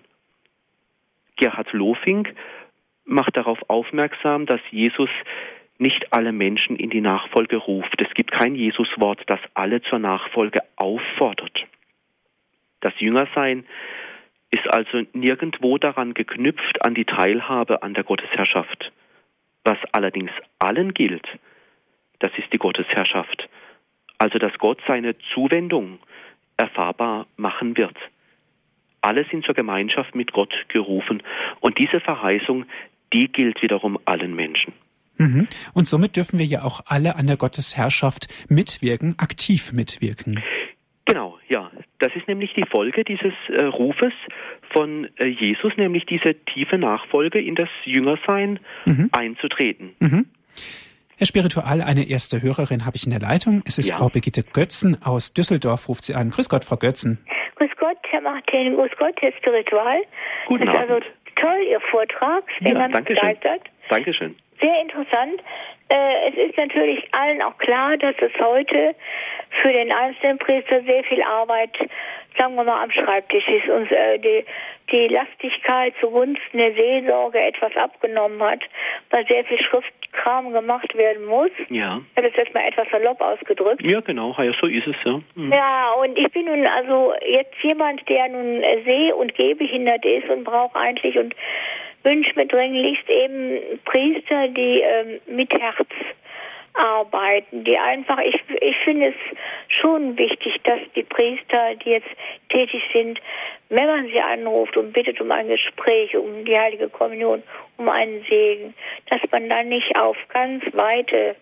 Gerhard Lofink macht darauf aufmerksam, dass Jesus nicht alle Menschen in die Nachfolge ruft. Es gibt kein Jesuswort, das alle zur Nachfolge auffordert. Das Jüngersein ist also nirgendwo daran geknüpft an die Teilhabe an der Gottesherrschaft. Was allerdings allen gilt, das ist die Gottesherrschaft. Also dass Gott seine Zuwendung erfahrbar machen wird. Alle sind zur Gemeinschaft mit Gott gerufen. Und diese Verheißung, die gilt wiederum allen Menschen. Mhm. Und somit dürfen wir ja auch alle an der Gottesherrschaft mitwirken, aktiv mitwirken. Genau, ja. Das ist nämlich die Folge dieses äh, Rufes von äh, Jesus, nämlich diese tiefe Nachfolge in das Jüngersein mhm. einzutreten. Mhm. Herr Spiritual, eine erste Hörerin habe ich in der Leitung. Es ist ja. Frau Brigitte Götzen aus Düsseldorf, ruft sie an. Grüß Gott, Frau Götzen. Grüß Gott, Herr Martin, grüß Gott, Herr Spiritual. Guten das ist Abend. Also toll, Ihr Vortrag. Ich bin ja, ganz danke begeistert. Schön. Dankeschön. Sehr interessant. Äh, es ist natürlich allen auch klar, dass es heute für den einzelnen Priester sehr viel Arbeit, sagen wir mal, am Schreibtisch ist und äh, die, die Lastigkeit zugunsten der Seelsorge etwas abgenommen hat, weil sehr viel Schriftkram gemacht werden muss. Ja. Ich habe das jetzt mal etwas salopp ausgedrückt. Ja, genau. Ja, so ist es, ja. Mhm. Ja, und ich bin nun also jetzt jemand, der nun seh- und gehbehindert ist und braucht eigentlich und wünsche mir dringlichst eben Priester, die ähm, mit Herz arbeiten, die einfach, ich, ich finde es schon wichtig, dass die Priester, die jetzt tätig sind, wenn man sie anruft und bittet um ein Gespräch, um die Heilige Kommunion, um einen Segen, dass man dann nicht auf ganz weite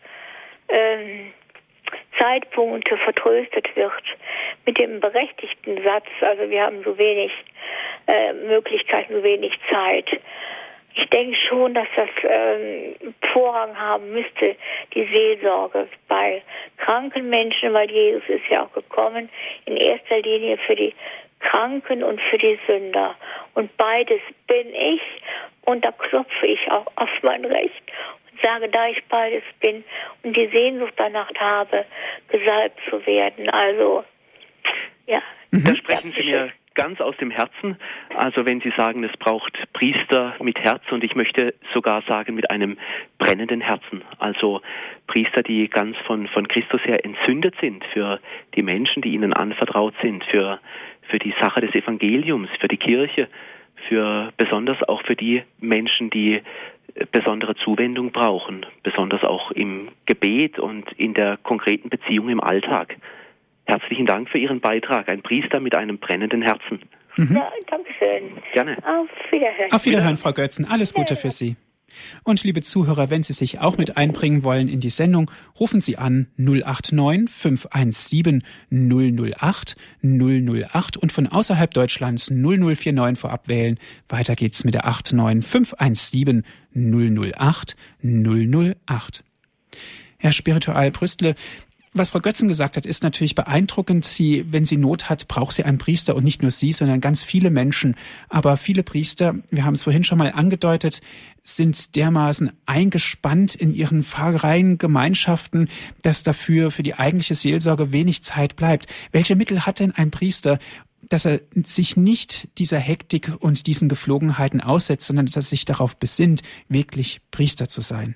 ähm, Zeitpunkte vertröstet wird mit dem berechtigten Satz, also wir haben so wenig äh, Möglichkeiten, so wenig Zeit. Ich denke schon, dass das ähm, Vorrang haben müsste, die Seelsorge bei kranken Menschen, weil Jesus ist ja auch gekommen, in erster Linie für die Kranken und für die Sünder. Und beides bin ich und da klopfe ich auch auf mein Recht und sage, da ich beides bin und die Sehnsucht danach habe, gesalbt zu werden. Also, ja. Da sprechen Sie mir ganz aus dem Herzen. Also wenn Sie sagen, es braucht Priester mit Herz und ich möchte sogar sagen mit einem brennenden Herzen. Also Priester, die ganz von, von Christus her entzündet sind für die Menschen, die ihnen anvertraut sind, für, für die Sache des Evangeliums, für die Kirche, für besonders auch für die Menschen, die besondere Zuwendung brauchen, besonders auch im Gebet und in der konkreten Beziehung im Alltag. Herzlichen Dank für Ihren Beitrag. Ein Priester mit einem brennenden Herzen. Mhm. Ja, danke schön. Gerne. Auf Wiederhören. Auf Wiederhören, Frau Götzen. Alles Gute für Sie. Und liebe Zuhörer, wenn Sie sich auch mit einbringen wollen in die Sendung, rufen Sie an null acht neun fünf eins sieben null null acht null null acht und von außerhalb Deutschlands null null vier neun vorab wählen. Weiter geht's mit der acht neun fünf eins sieben null null acht null null acht. Herr Spiritual Brüstle, was Frau Götzen gesagt hat, ist natürlich beeindruckend. Sie, wenn sie Not hat, braucht sie einen Priester und nicht nur sie, sondern ganz viele Menschen. Aber viele Priester, wir haben es vorhin schon mal angedeutet, sind dermaßen eingespannt in ihren Pfarreien, Gemeinschaften, dass dafür für die eigentliche Seelsorge wenig Zeit bleibt. Welche Mittel hat denn ein Priester, dass er sich nicht dieser Hektik und diesen Geflogenheiten aussetzt, sondern dass er sich darauf besinnt, wirklich Priester zu sein?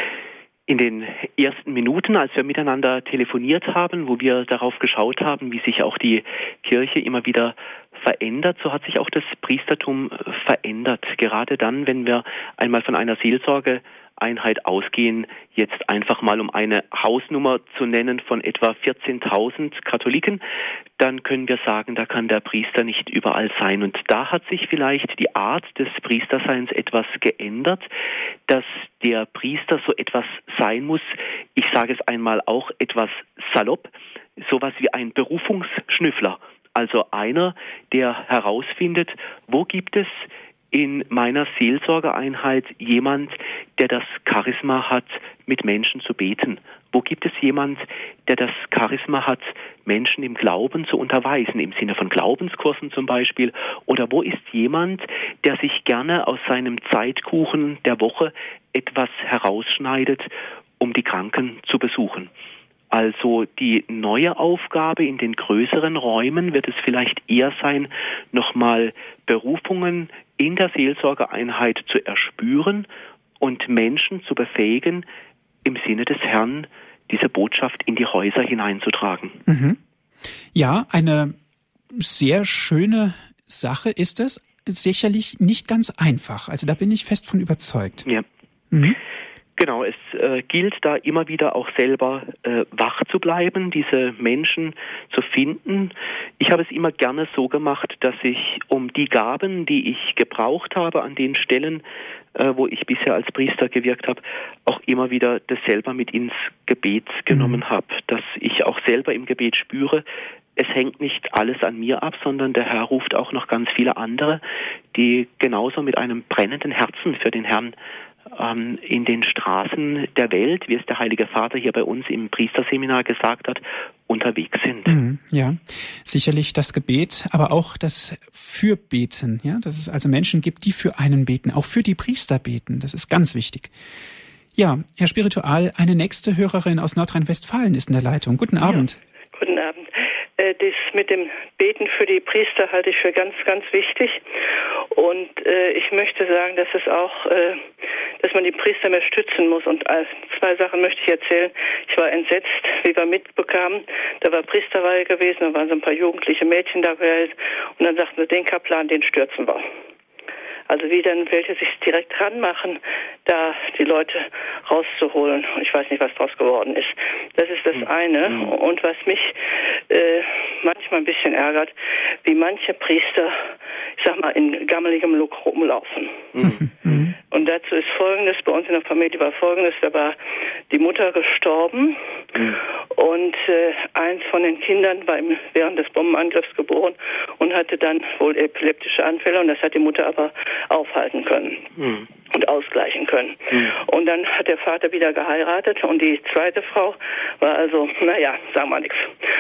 In den ersten Minuten, als wir miteinander telefoniert haben, wo wir darauf geschaut haben, wie sich auch die Kirche immer wieder verändert, so hat sich auch das Priestertum verändert. Gerade dann, wenn wir einmal von einer Seelsorge Einheit ausgehen, jetzt einfach mal um eine Hausnummer zu nennen von etwa vierzehntausend Katholiken, dann können wir sagen, da kann der Priester nicht überall sein. Und da hat sich vielleicht die Art des Priesterseins etwas geändert, dass der Priester so etwas sein muss, ich sage es einmal auch etwas salopp, sowas wie ein Berufungsschnüffler. Also einer, der herausfindet, wo gibt es in meiner Seelsorgeeinheit jemand, der das Charisma hat, mit Menschen zu beten? Wo gibt es jemand, der das Charisma hat, Menschen im Glauben zu unterweisen, im Sinne von Glaubenskursen zum Beispiel? Oder wo ist jemand, der sich gerne aus seinem Zeitkuchen der Woche etwas herausschneidet, um die Kranken zu besuchen? Also die neue Aufgabe in den größeren Räumen wird es vielleicht eher sein, nochmal Berufungen in der Seelsorgeeinheit zu erspüren und Menschen zu befähigen, im Sinne des Herrn diese Botschaft in die Häuser hineinzutragen. Mhm. Ja, eine sehr schöne Sache ist es, sicherlich nicht ganz einfach. Also da bin ich fest von überzeugt. Ja. Mhm. Genau, es äh, gilt da immer wieder auch selber äh, wach zu bleiben, diese Menschen zu finden. Ich habe es immer gerne so gemacht, dass ich um die Gaben, die ich gebraucht habe an den Stellen, äh, wo ich bisher als Priester gewirkt habe, auch immer wieder das selber mit ins Gebet genommen mhm. habe, dass ich auch selber im Gebet spüre, es hängt nicht alles an mir ab, sondern der Herr ruft auch noch ganz viele andere, die genauso mit einem brennenden Herzen für den Herrn in den Straßen der Welt, wie es der Heilige Vater hier bei uns im Priesterseminar gesagt hat, unterwegs sind. Mhm, ja, sicherlich das Gebet, aber auch das Fürbeten, ja, dass es also Menschen gibt, die für einen beten, auch für die Priester beten, das ist ganz wichtig. Ja, Herr Spiritual, eine nächste Hörerin aus Nordrhein-Westfalen ist in der Leitung. Guten Abend. Ja, guten Abend. Äh, das mit dem Beten für die Priester halte ich für ganz, ganz wichtig. Und äh, ich möchte sagen, dass es auch, äh, dass man die Priester mehr stützen muss. Und äh, zwei Sachen möchte ich erzählen. Ich war entsetzt, wie wir mitbekamen. Da war Priesterweihe gewesen, da waren so ein paar jugendliche Mädchen da gewesen. Und dann sagten sie, den Kaplan, den stürzen wir. Also wie dann welche sich direkt ranmachen, da die Leute rauszuholen. Ich weiß nicht, was draus geworden ist. Das ist das eine. Und was mich äh, manchmal ein bisschen ärgert, wie manche Priester, ich sag mal, in gammeligem Look rumlaufen. Mhm. Und dazu ist Folgendes, bei uns in der Familie war Folgendes, da war die Mutter gestorben mhm. und äh, eins von den Kindern war im, während des Bombenangriffs geboren und hatte dann wohl epileptische Anfälle und das hat die Mutter aber aufhalten können. Mhm. Und ausgleichen können. Mhm. Und dann hat der Vater wieder geheiratet und die zweite Frau war also, naja, sagen wir nichts.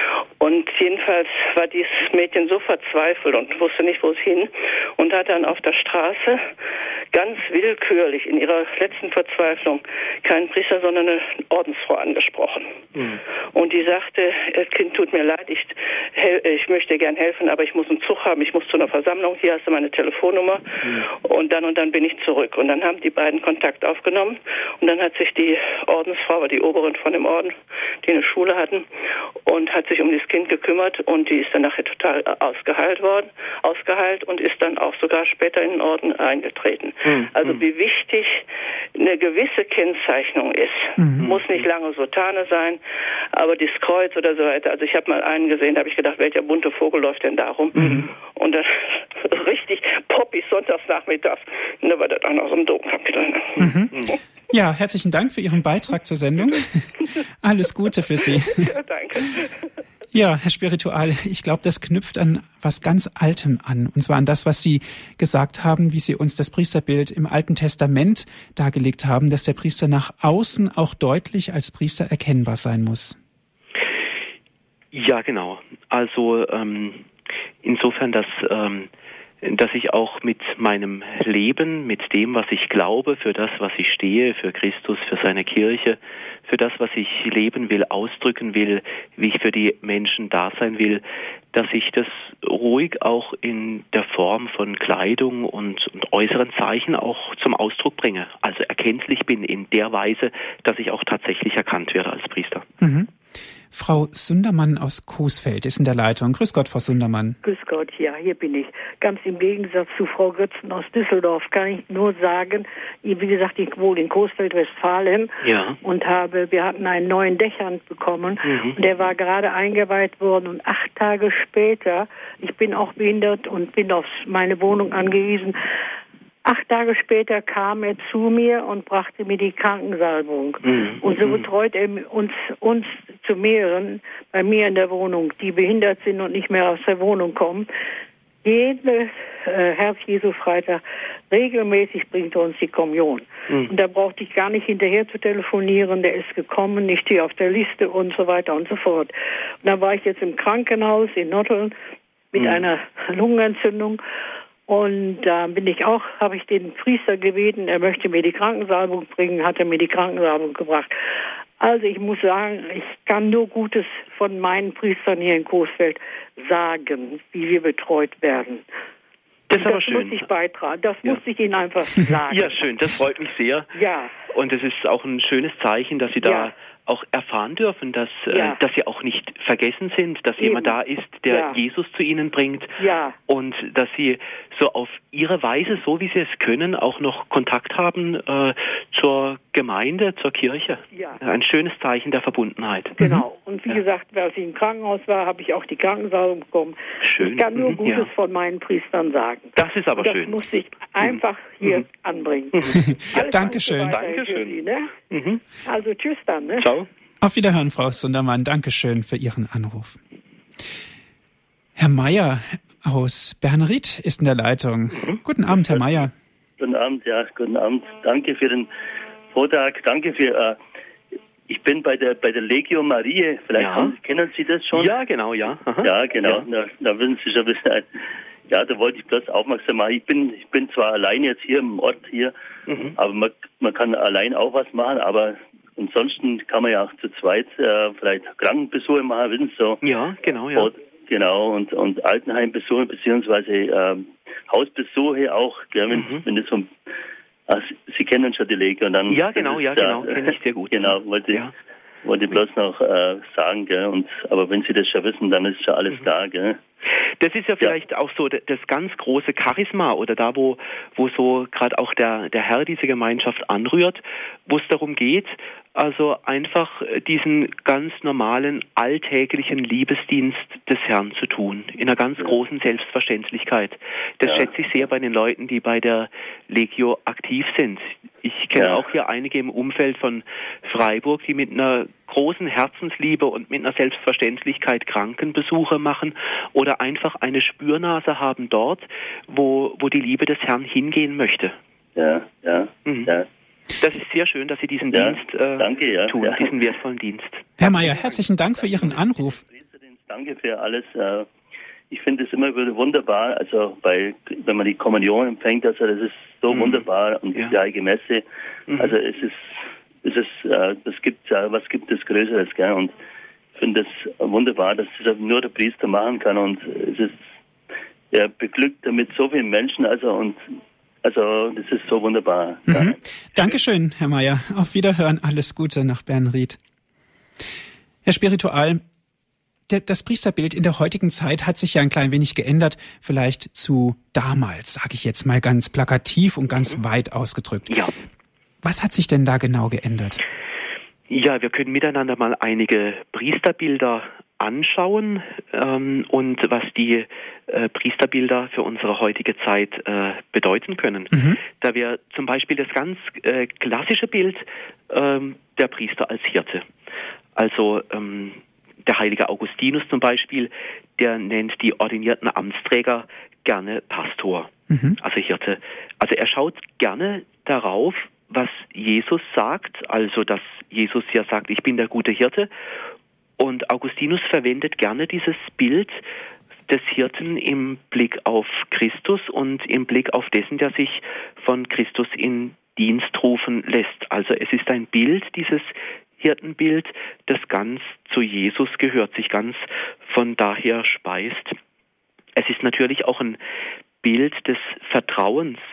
Und jedenfalls war dieses Mädchen so verzweifelt und wusste nicht, wo es hin und hat dann auf der Straße ganz willkürlich in ihrer letzten Verzweiflung keinen Priester, sondern eine Ordensfrau angesprochen. Mhm. Und die sagte, Kind, tut mir leid, ich, ich möchte gern helfen, aber ich muss einen Zug haben, ich muss zu einer Versammlung, hier hast du meine Telefonnummer mhm. und dann und dann bin ich zurück. Und dann haben die beiden Kontakt aufgenommen und dann hat sich die Ordensfrau, die Oberin von dem Orden, die eine Schule hatten, und hat sich um das Kind gekümmert und die ist dann nachher total ausgeheilt worden, ausgeheilt und ist dann auch sogar später in den Orden eingetreten. Mhm. Also wie wichtig eine gewisse Kennzeichnung ist. Mhm. Muss nicht lange Sutane sein, aber das Kreuz oder so weiter. Also ich habe mal einen gesehen, da habe ich gedacht, welcher bunte Vogel läuft denn da rum? Mhm. Und dann richtig poppig sonntags nachmittags. Und da war das auch noch so ein Domkapitel. Mhm. Ja, herzlichen Dank für Ihren Beitrag zur Sendung. Alles Gute für Sie. Ja, danke. Ja, Herr Spiritual, ich glaube, das knüpft an was ganz Altem an. Und zwar an das, was Sie gesagt haben, wie Sie uns das Priesterbild im Alten Testament dargelegt haben, dass der Priester nach außen auch deutlich als Priester erkennbar sein muss. Ja, genau. Also ähm, insofern, dass... Ähm, dass ich auch mit meinem Leben, mit dem, was ich glaube, für das, was ich stehe, für Christus, für seine Kirche, für das, was ich leben will, ausdrücken will, wie ich für die Menschen da sein will, dass ich das ruhig auch in der Form von Kleidung und, und äußeren Zeichen auch zum Ausdruck bringe. Also erkenntlich bin in der Weise, dass ich auch tatsächlich erkannt werde als Priester. Mhm. Frau Sundermann aus Coesfeld ist in der Leitung. Grüß Gott, Frau Sundermann. Grüß Gott, ja, hier bin ich. Ganz im Gegensatz zu Frau Götzen aus Düsseldorf kann ich nur sagen, wie gesagt, ich wohne in Coesfeld, Westfalen, ja. und habe, wir hatten einen neuen Dächern bekommen, mhm. und der war gerade eingeweiht worden, und acht Tage später, ich bin auch behindert und bin auf meine Wohnung angewiesen, Acht Tage später kam er zu mir und brachte mir die Krankensalbung. Mhm. Und so betreut er uns, uns zu mehreren bei mir in der Wohnung, die behindert sind und nicht mehr aus der Wohnung kommen. Jeden äh, Herz-Jesu-Freitag regelmäßig bringt er uns die Kommunion. Mhm. Und da brauchte ich gar nicht hinterher zu telefonieren. Der ist gekommen, ich stehe auf der Liste und so weiter und so fort. Und dann war ich jetzt im Krankenhaus in Notteln mit mhm. einer Lungenentzündung. Und da bin ich auch, habe ich den Priester gebeten, er möchte mir die Krankensalbung bringen, hat er mir die Krankensalbung gebracht. Also ich muss sagen, ich kann nur Gutes von meinen Priestern hier in Coesfeld sagen, wie wir betreut werden. Das ist aber das schön. muss ich beitragen. Das ja. musste ich Ihnen einfach sagen. Ja, schön. Das freut mich sehr. Ja. Und es ist auch ein schönes Zeichen, dass Sie da ja. auch erfahren dürfen, dass, ja. äh, dass Sie auch nicht vergessen sind, dass Eben. jemand da ist, der ja. Jesus zu Ihnen bringt. Ja. Und dass Sie so auf Ihre Weise, so wie Sie es können, auch noch Kontakt haben äh, zur Gemeinde, zur Kirche. Ja. Ein schönes Zeichen der Verbundenheit. Genau. Und wie ja. gesagt, als ich im Krankenhaus war, habe ich auch die Krankensalbung bekommen. Schön. Ich kann nur mhm. Gutes ja. von meinen Priestern sagen. Das ist aber das schön. Das musste ich einfach mhm. hier mhm. anbringen. Mhm. Ja, Dankeschön. Dankeschön. Sie, ne? mhm. Also tschüss dann. Ne? Ciao. Auf Wiederhören, Frau Sundermann. Dankeschön für Ihren Anruf. Herr Meier aus Bernried ist in der Leitung. Mhm. Guten Abend, Herr Meier. Guten Abend, ja, guten Abend. Danke für den Vortrag. Danke für, äh, ich bin bei der bei der Legio Mariae. Vielleicht ja. haben, kennen Sie das schon? Ja, genau, ja. Aha. Ja, genau. Ja. Da, da würden Sie schon wissen. Ja, da wollte ich bloß aufmerksam machen. Ich bin, ich bin zwar allein jetzt hier im Ort hier, mhm. aber man, man kann allein auch was machen, aber ansonsten kann man ja auch zu zweit äh, vielleicht Krankenbesuche machen, wissen Sie so. Ja, genau, ja. Und, genau, und, und Altenheimbesuche, beziehungsweise äh, Hausbesuche auch, gell, wenn, mhm. wenn das so, ach, Sie kennen schon die Legio. Und dann ja, genau, ja, da, genau, kenne ich sehr gut. Genau, wollte, ja. wollte bloß noch äh, sagen, gell, und, aber wenn Sie das schon wissen, dann ist schon alles mhm. da, gell. Das ist ja vielleicht ja. auch so das ganz große Charisma oder da, wo, wo so gerade auch der, der Herr diese Gemeinschaft anrührt, wo es darum geht, also einfach diesen ganz normalen, alltäglichen Liebesdienst des Herrn zu tun, in einer ganz ja. großen Selbstverständlichkeit. Das ja. schätze ich sehr bei den Leuten, die bei der Legio aktiv sind. Ich kenne ja. auch hier einige im Umfeld von Freiburg, die mit einer großen Herzensliebe und mit einer Selbstverständlichkeit Krankenbesuche machen oder einfach eine Spürnase haben dort, wo, wo die Liebe des Herrn hingehen möchte. Ja, ja, mhm. ja. Das ist sehr schön, dass Sie diesen ja, Dienst äh, danke, ja, tun, ja. diesen wertvollen Dienst. Herr Meier, herzlichen Dank für Ihren Anruf. Danke für alles. Ich finde es immer wieder wunderbar, also bei, wenn man die Kommunion empfängt, also das ist so mhm. wunderbar und ja. die Heilige Messe. Mhm. Also es ist, es ist, das gibt was gibt es Größeres, gell? Und ich finde es wunderbar, dass das nur der Priester machen kann und es ist, er beglückt damit so viele Menschen, also und Also, das ist so wunderbar. Mhm. Ja. Dankeschön, Herr Meier. Auf Wiederhören. Alles Gute nach Bernried. Herr Spiritual, der, das Priesterbild in der heutigen Zeit hat sich ja ein klein wenig geändert. Vielleicht zu damals, sage ich jetzt mal ganz plakativ und ganz mhm. weit ausgedrückt. Ja. Was hat sich denn da genau geändert? Ja, wir können miteinander mal einige Priesterbilder anschauen ähm, und was die äh, Priesterbilder für unsere heutige Zeit äh, bedeuten können. Mhm. Da wir zum Beispiel das ganz äh, klassische Bild ähm, der Priester als Hirte. Also ähm, der heilige Augustinus zum Beispiel, der nennt die ordinierten Amtsträger gerne Pastor, mhm. also Hirte. Also er schaut gerne darauf, was Jesus sagt, also dass Jesus ja sagt, ich bin der gute Hirte. Und Augustinus verwendet gerne dieses Bild des Hirten im Blick auf Christus und im Blick auf dessen, der sich von Christus in Dienst rufen lässt. Also es ist ein Bild, dieses Hirtenbild, das ganz zu Jesus gehört, sich ganz von daher speist. Es ist natürlich auch ein Bild des Vertrauens,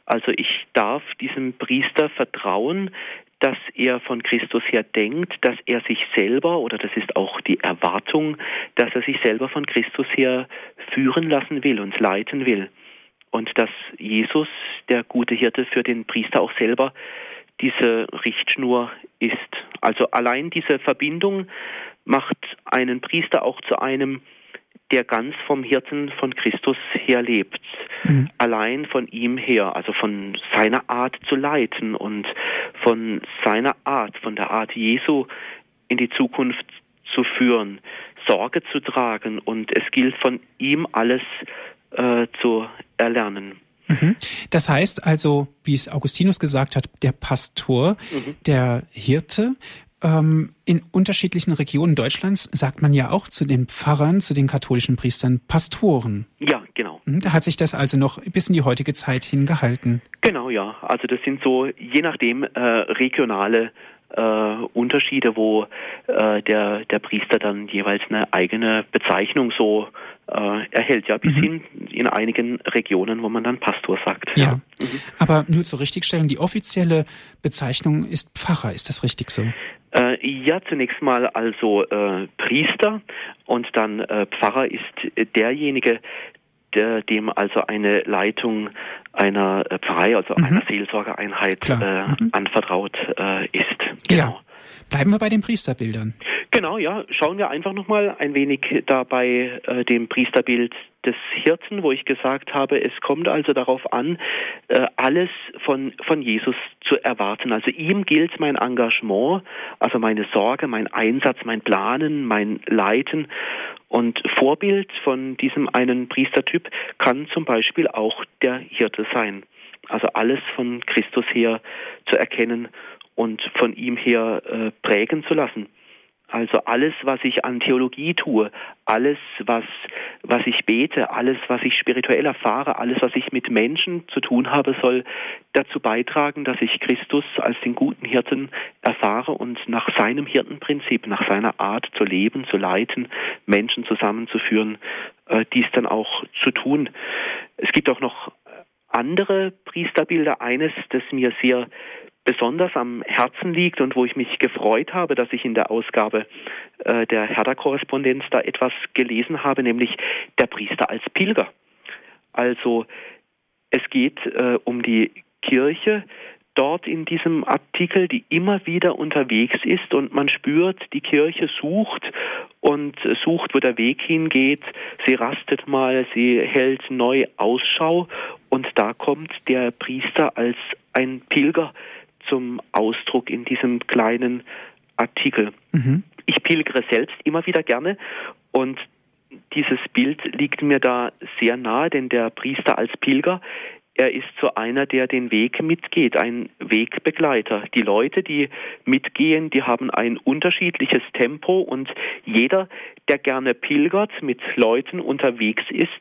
Also ich darf diesem Priester vertrauen, dass er von Christus her denkt, dass er sich selber, oder das ist auch die Erwartung, dass er sich selber von Christus her führen lassen will und leiten will. Und dass Jesus, der gute Hirte, für den Priester auch selber diese Richtschnur ist. Also allein diese Verbindung macht einen Priester auch zu einem, der ganz vom Hirten von Christus her lebt. Mhm. Allein von ihm her, also von seiner Art zu leiten und von seiner Art, von der Art Jesu in die Zukunft zu führen, Sorge zu tragen, und es gilt von ihm alles äh, zu erlernen. Mhm. Das heißt also, wie es Augustinus gesagt hat, der Pastor, mhm. der Hirte. Ähm, in unterschiedlichen Regionen Deutschlands sagt man ja auch zu den Pfarrern, zu den katholischen Priestern Pastoren. Ja, genau. Da hat sich das also noch bis in die heutige Zeit hingehalten. Genau, ja. Also das sind so, je nachdem, äh, regionale äh, Unterschiede, wo äh, der, der Priester dann jeweils eine eigene Bezeichnung so äh, erhält. Ja, bis mhm. hin in einigen Regionen, wo man dann Pastor sagt. Ja, ja. Mhm. Aber nur zur Richtigstellung, die offizielle Bezeichnung ist Pfarrer, ist das richtig so? Äh, ja, zunächst mal also äh, Priester, und dann äh, Pfarrer ist derjenige, der, dem also eine Leitung einer äh, Pfarrei, also mhm. einer Seelsorgeeinheit äh, mhm. anvertraut äh, ist. Genau. Ja. Bleiben wir bei den Priesterbildern. Genau, ja. Schauen wir einfach nochmal ein wenig da bei äh, dem Priesterbild des Hirten, wo ich gesagt habe, es kommt also darauf an, äh, alles von, von Jesus zu erwarten. Also ihm gilt mein Engagement, also meine Sorge, mein Einsatz, mein Planen, mein Leiten. Und Vorbild von diesem einen Priestertyp kann zum Beispiel auch der Hirte sein. Also alles von Christus her zu erkennen und von ihm her äh, prägen zu lassen. Also alles, was ich an Theologie tue, alles, was, was ich bete, alles, was ich spirituell erfahre, alles, was ich mit Menschen zu tun habe, soll dazu beitragen, dass ich Christus als den guten Hirten erfahre und nach seinem Hirtenprinzip, nach seiner Art zu leben, zu leiten, Menschen zusammenzuführen, äh, dies dann auch zu tun. Es gibt auch noch andere Priesterbilder. Eines, das mir sehr besonders am Herzen liegt und wo ich mich gefreut habe, dass ich in der Ausgabe äh, der Hertha-Korrespondenz da etwas gelesen habe, nämlich der Priester als Pilger. Also es geht äh, um die Kirche dort in diesem Artikel, die immer wieder unterwegs ist, und man spürt, die Kirche sucht und sucht, wo der Weg hingeht. Sie rastet mal, sie hält neu Ausschau, und da kommt der Priester als ein Pilger zum Ausdruck in diesem kleinen Artikel. Mhm. Ich pilgere selbst immer wieder gerne, und dieses Bild liegt mir da sehr nahe, denn der Priester als Pilger, er ist so einer, der den Weg mitgeht, ein Wegbegleiter. Die Leute, die mitgehen, die haben ein unterschiedliches Tempo, und jeder, der gerne pilgert, mit Leuten unterwegs ist,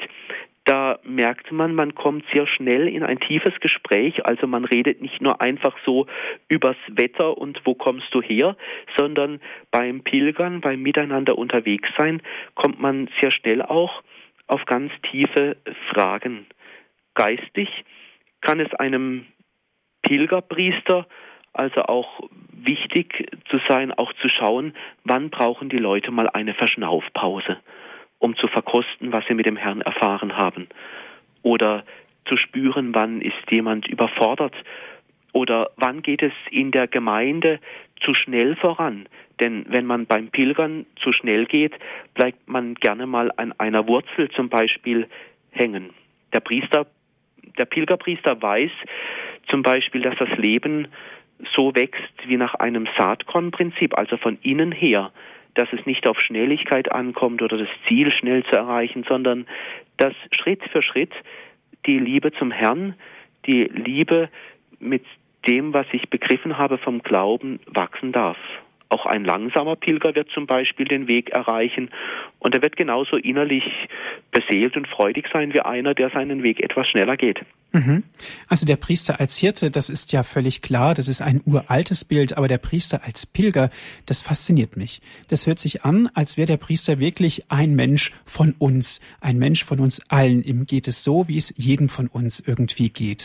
da merkt man, man kommt sehr schnell in ein tiefes Gespräch. Also man redet nicht nur einfach so übers Wetter und wo kommst du her, sondern beim Pilgern, beim Miteinander unterwegs sein, kommt man sehr schnell auch auf ganz tiefe Fragen. Geistig kann es einem Pilgerpriester also auch wichtig zu sein, auch zu schauen, wann brauchen die Leute mal eine Verschnaufpause, um zu verkosten, was sie mit dem Herrn erfahren haben. Oder zu spüren, wann ist jemand überfordert. Oder wann geht es in der Gemeinde zu schnell voran. Denn wenn man beim Pilgern zu schnell geht, bleibt man gerne mal an einer Wurzel zum Beispiel hängen. Der Priester, der Pilgerpriester weiß zum Beispiel, dass das Leben so wächst wie nach einem Saatkornprinzip, also von innen her, dass es nicht auf Schnelligkeit ankommt oder das Ziel schnell zu erreichen, sondern dass Schritt für Schritt die Liebe zum Herrn, die Liebe mit dem, was ich begriffen habe vom Glauben, wachsen darf. Auch ein langsamer Pilger wird zum Beispiel den Weg erreichen, und er wird genauso innerlich beseelt und freudig sein wie einer, der seinen Weg etwas schneller geht. Mhm. Also der Priester als Hirte, das ist ja völlig klar, das ist ein uraltes Bild, aber der Priester als Pilger, das fasziniert mich. Das hört sich an, als wäre der Priester wirklich ein Mensch von uns, ein Mensch von uns allen. Ihm geht es so, wie es jedem von uns irgendwie geht.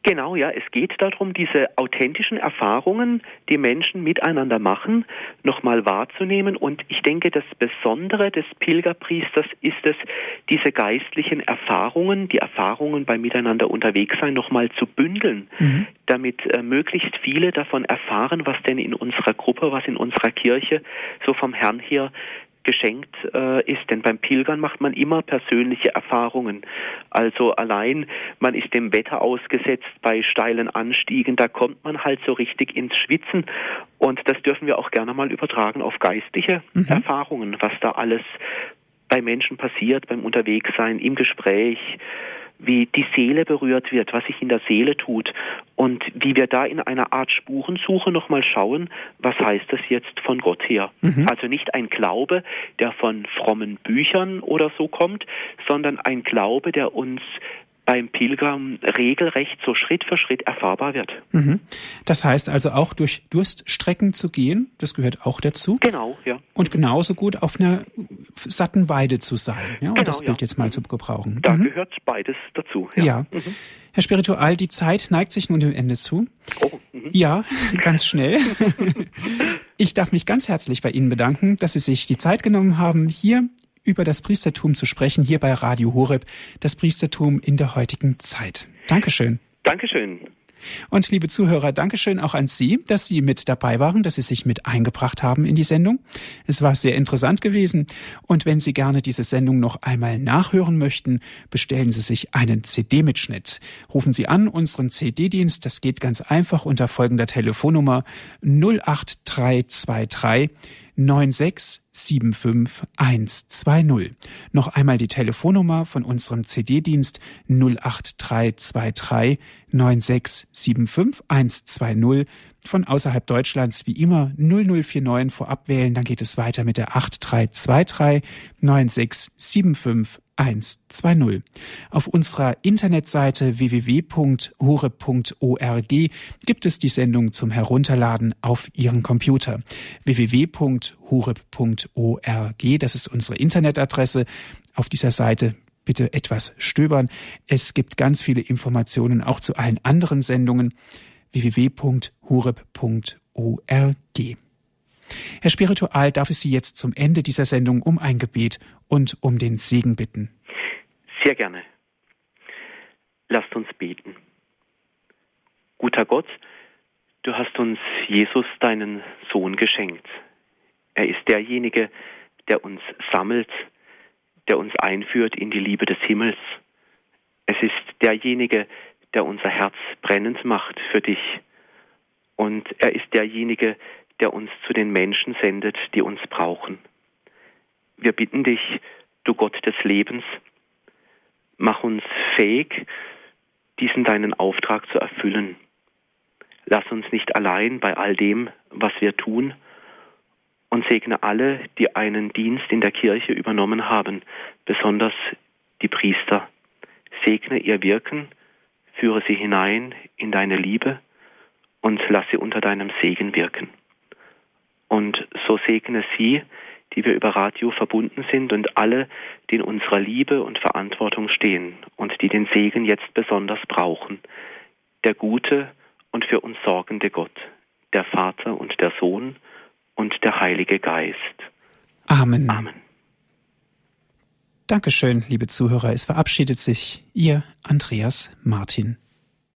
Genau, ja. Es geht darum, diese authentischen Erfahrungen, die Menschen miteinander machen, nochmal wahrzunehmen. Und ich denke, das Besondere des Pilgerpriesters ist es, diese geistlichen Erfahrungen, die Erfahrungen beim Miteinander unterwegs sein, nochmal zu bündeln, mhm. damit äh, möglichst viele davon erfahren, was denn in unserer Gruppe, was in unserer Kirche so vom Herrn her geschenkt äh, ist. Denn beim Pilgern macht man immer persönliche Erfahrungen. Also allein, man ist dem Wetter ausgesetzt bei steilen Anstiegen, da kommt man halt so richtig ins Schwitzen. Und das dürfen wir auch gerne mal übertragen auf geistliche mhm. Erfahrungen, was da alles bei Menschen passiert, beim Unterwegssein, im Gespräch, wie die Seele berührt wird, was sich in der Seele tut und wie wir da in einer Art Spurensuche nochmal schauen, was heißt das jetzt von Gott her. Mhm. Also nicht ein Glaube, der von frommen Büchern oder so kommt, sondern ein Glaube, der uns beim Pilgern regelrecht so Schritt für Schritt erfahrbar wird. Mhm. Das heißt also auch durch Durststrecken zu gehen, das gehört auch dazu. Genau, ja. Und genauso gut auf einer satten Weide zu sein, ja, um genau, das Bild ja. jetzt mal mhm. zu gebrauchen. Da mhm. gehört beides dazu. Ja. ja. Mhm. Herr Spiritual, die Zeit neigt sich nun dem Ende zu. Oh. Mhm. Ja, ganz schnell. Ich darf mich ganz herzlich bei Ihnen bedanken, dass Sie sich die Zeit genommen haben, hier über das Priestertum zu sprechen, hier bei Radio Horeb, das Priestertum in der heutigen Zeit. Dankeschön. Dankeschön. Und liebe Zuhörer, Dankeschön auch an Sie, dass Sie mit dabei waren, dass Sie sich mit eingebracht haben in die Sendung. Es war sehr interessant gewesen. Und wenn Sie gerne diese Sendung noch einmal nachhören möchten, bestellen Sie sich einen C D-Mitschnitt. Rufen Sie an unseren C D-Dienst. Das geht ganz einfach unter folgender Telefonnummer null acht drei zwei drei neun sechs sieben fünf eins zwei null. Noch einmal die Telefonnummer von unserem C D-Dienst null acht drei zwei drei neun sechs sieben fünf eins zwei null. Von außerhalb Deutschlands wie immer null null vier neun vorab wählen, dann geht es weiter mit der acht drei zwei drei neun sechs sieben fünf eins zwei null. Auf unserer Internetseite w w w punkt horeb punkt org gibt es die Sendung zum Herunterladen auf Ihren Computer. w w w punkt horeb punkt org, das ist unsere Internetadresse. Auf dieser Seite bitte etwas stöbern. Es gibt ganz viele Informationen auch zu allen anderen Sendungen. w w w punkt horeb punkt org. Herr Spiritual, darf ich Sie jetzt zum Ende dieser Sendung um ein Gebet und um den Segen bitten? Sehr gerne. Lasst uns beten. Guter Gott, du hast uns Jesus, deinen Sohn, geschenkt. Er ist derjenige, der uns sammelt, der uns einführt in die Liebe des Himmels. Es ist derjenige, der unser Herz brennend macht für dich. Und er ist derjenige, der uns zu den Menschen sendet, die uns brauchen. Wir bitten dich, du Gott des Lebens, mach uns fähig, diesen deinen Auftrag zu erfüllen. Lass uns nicht allein bei all dem, was wir tun, und segne alle, die einen Dienst in der Kirche übernommen haben, besonders die Priester. Segne ihr Wirken, führe sie hinein in deine Liebe und lass sie unter deinem Segen wirken. Und so segne sie, die wir über Radio verbunden sind, und alle, die in unserer Liebe und Verantwortung stehen und die den Segen jetzt besonders brauchen. Der gute und für uns sorgende Gott, der Vater und der Sohn und der Heilige Geist. Amen. Amen. Dankeschön, liebe Zuhörer. Es verabschiedet sich Ihr Andreas Martin.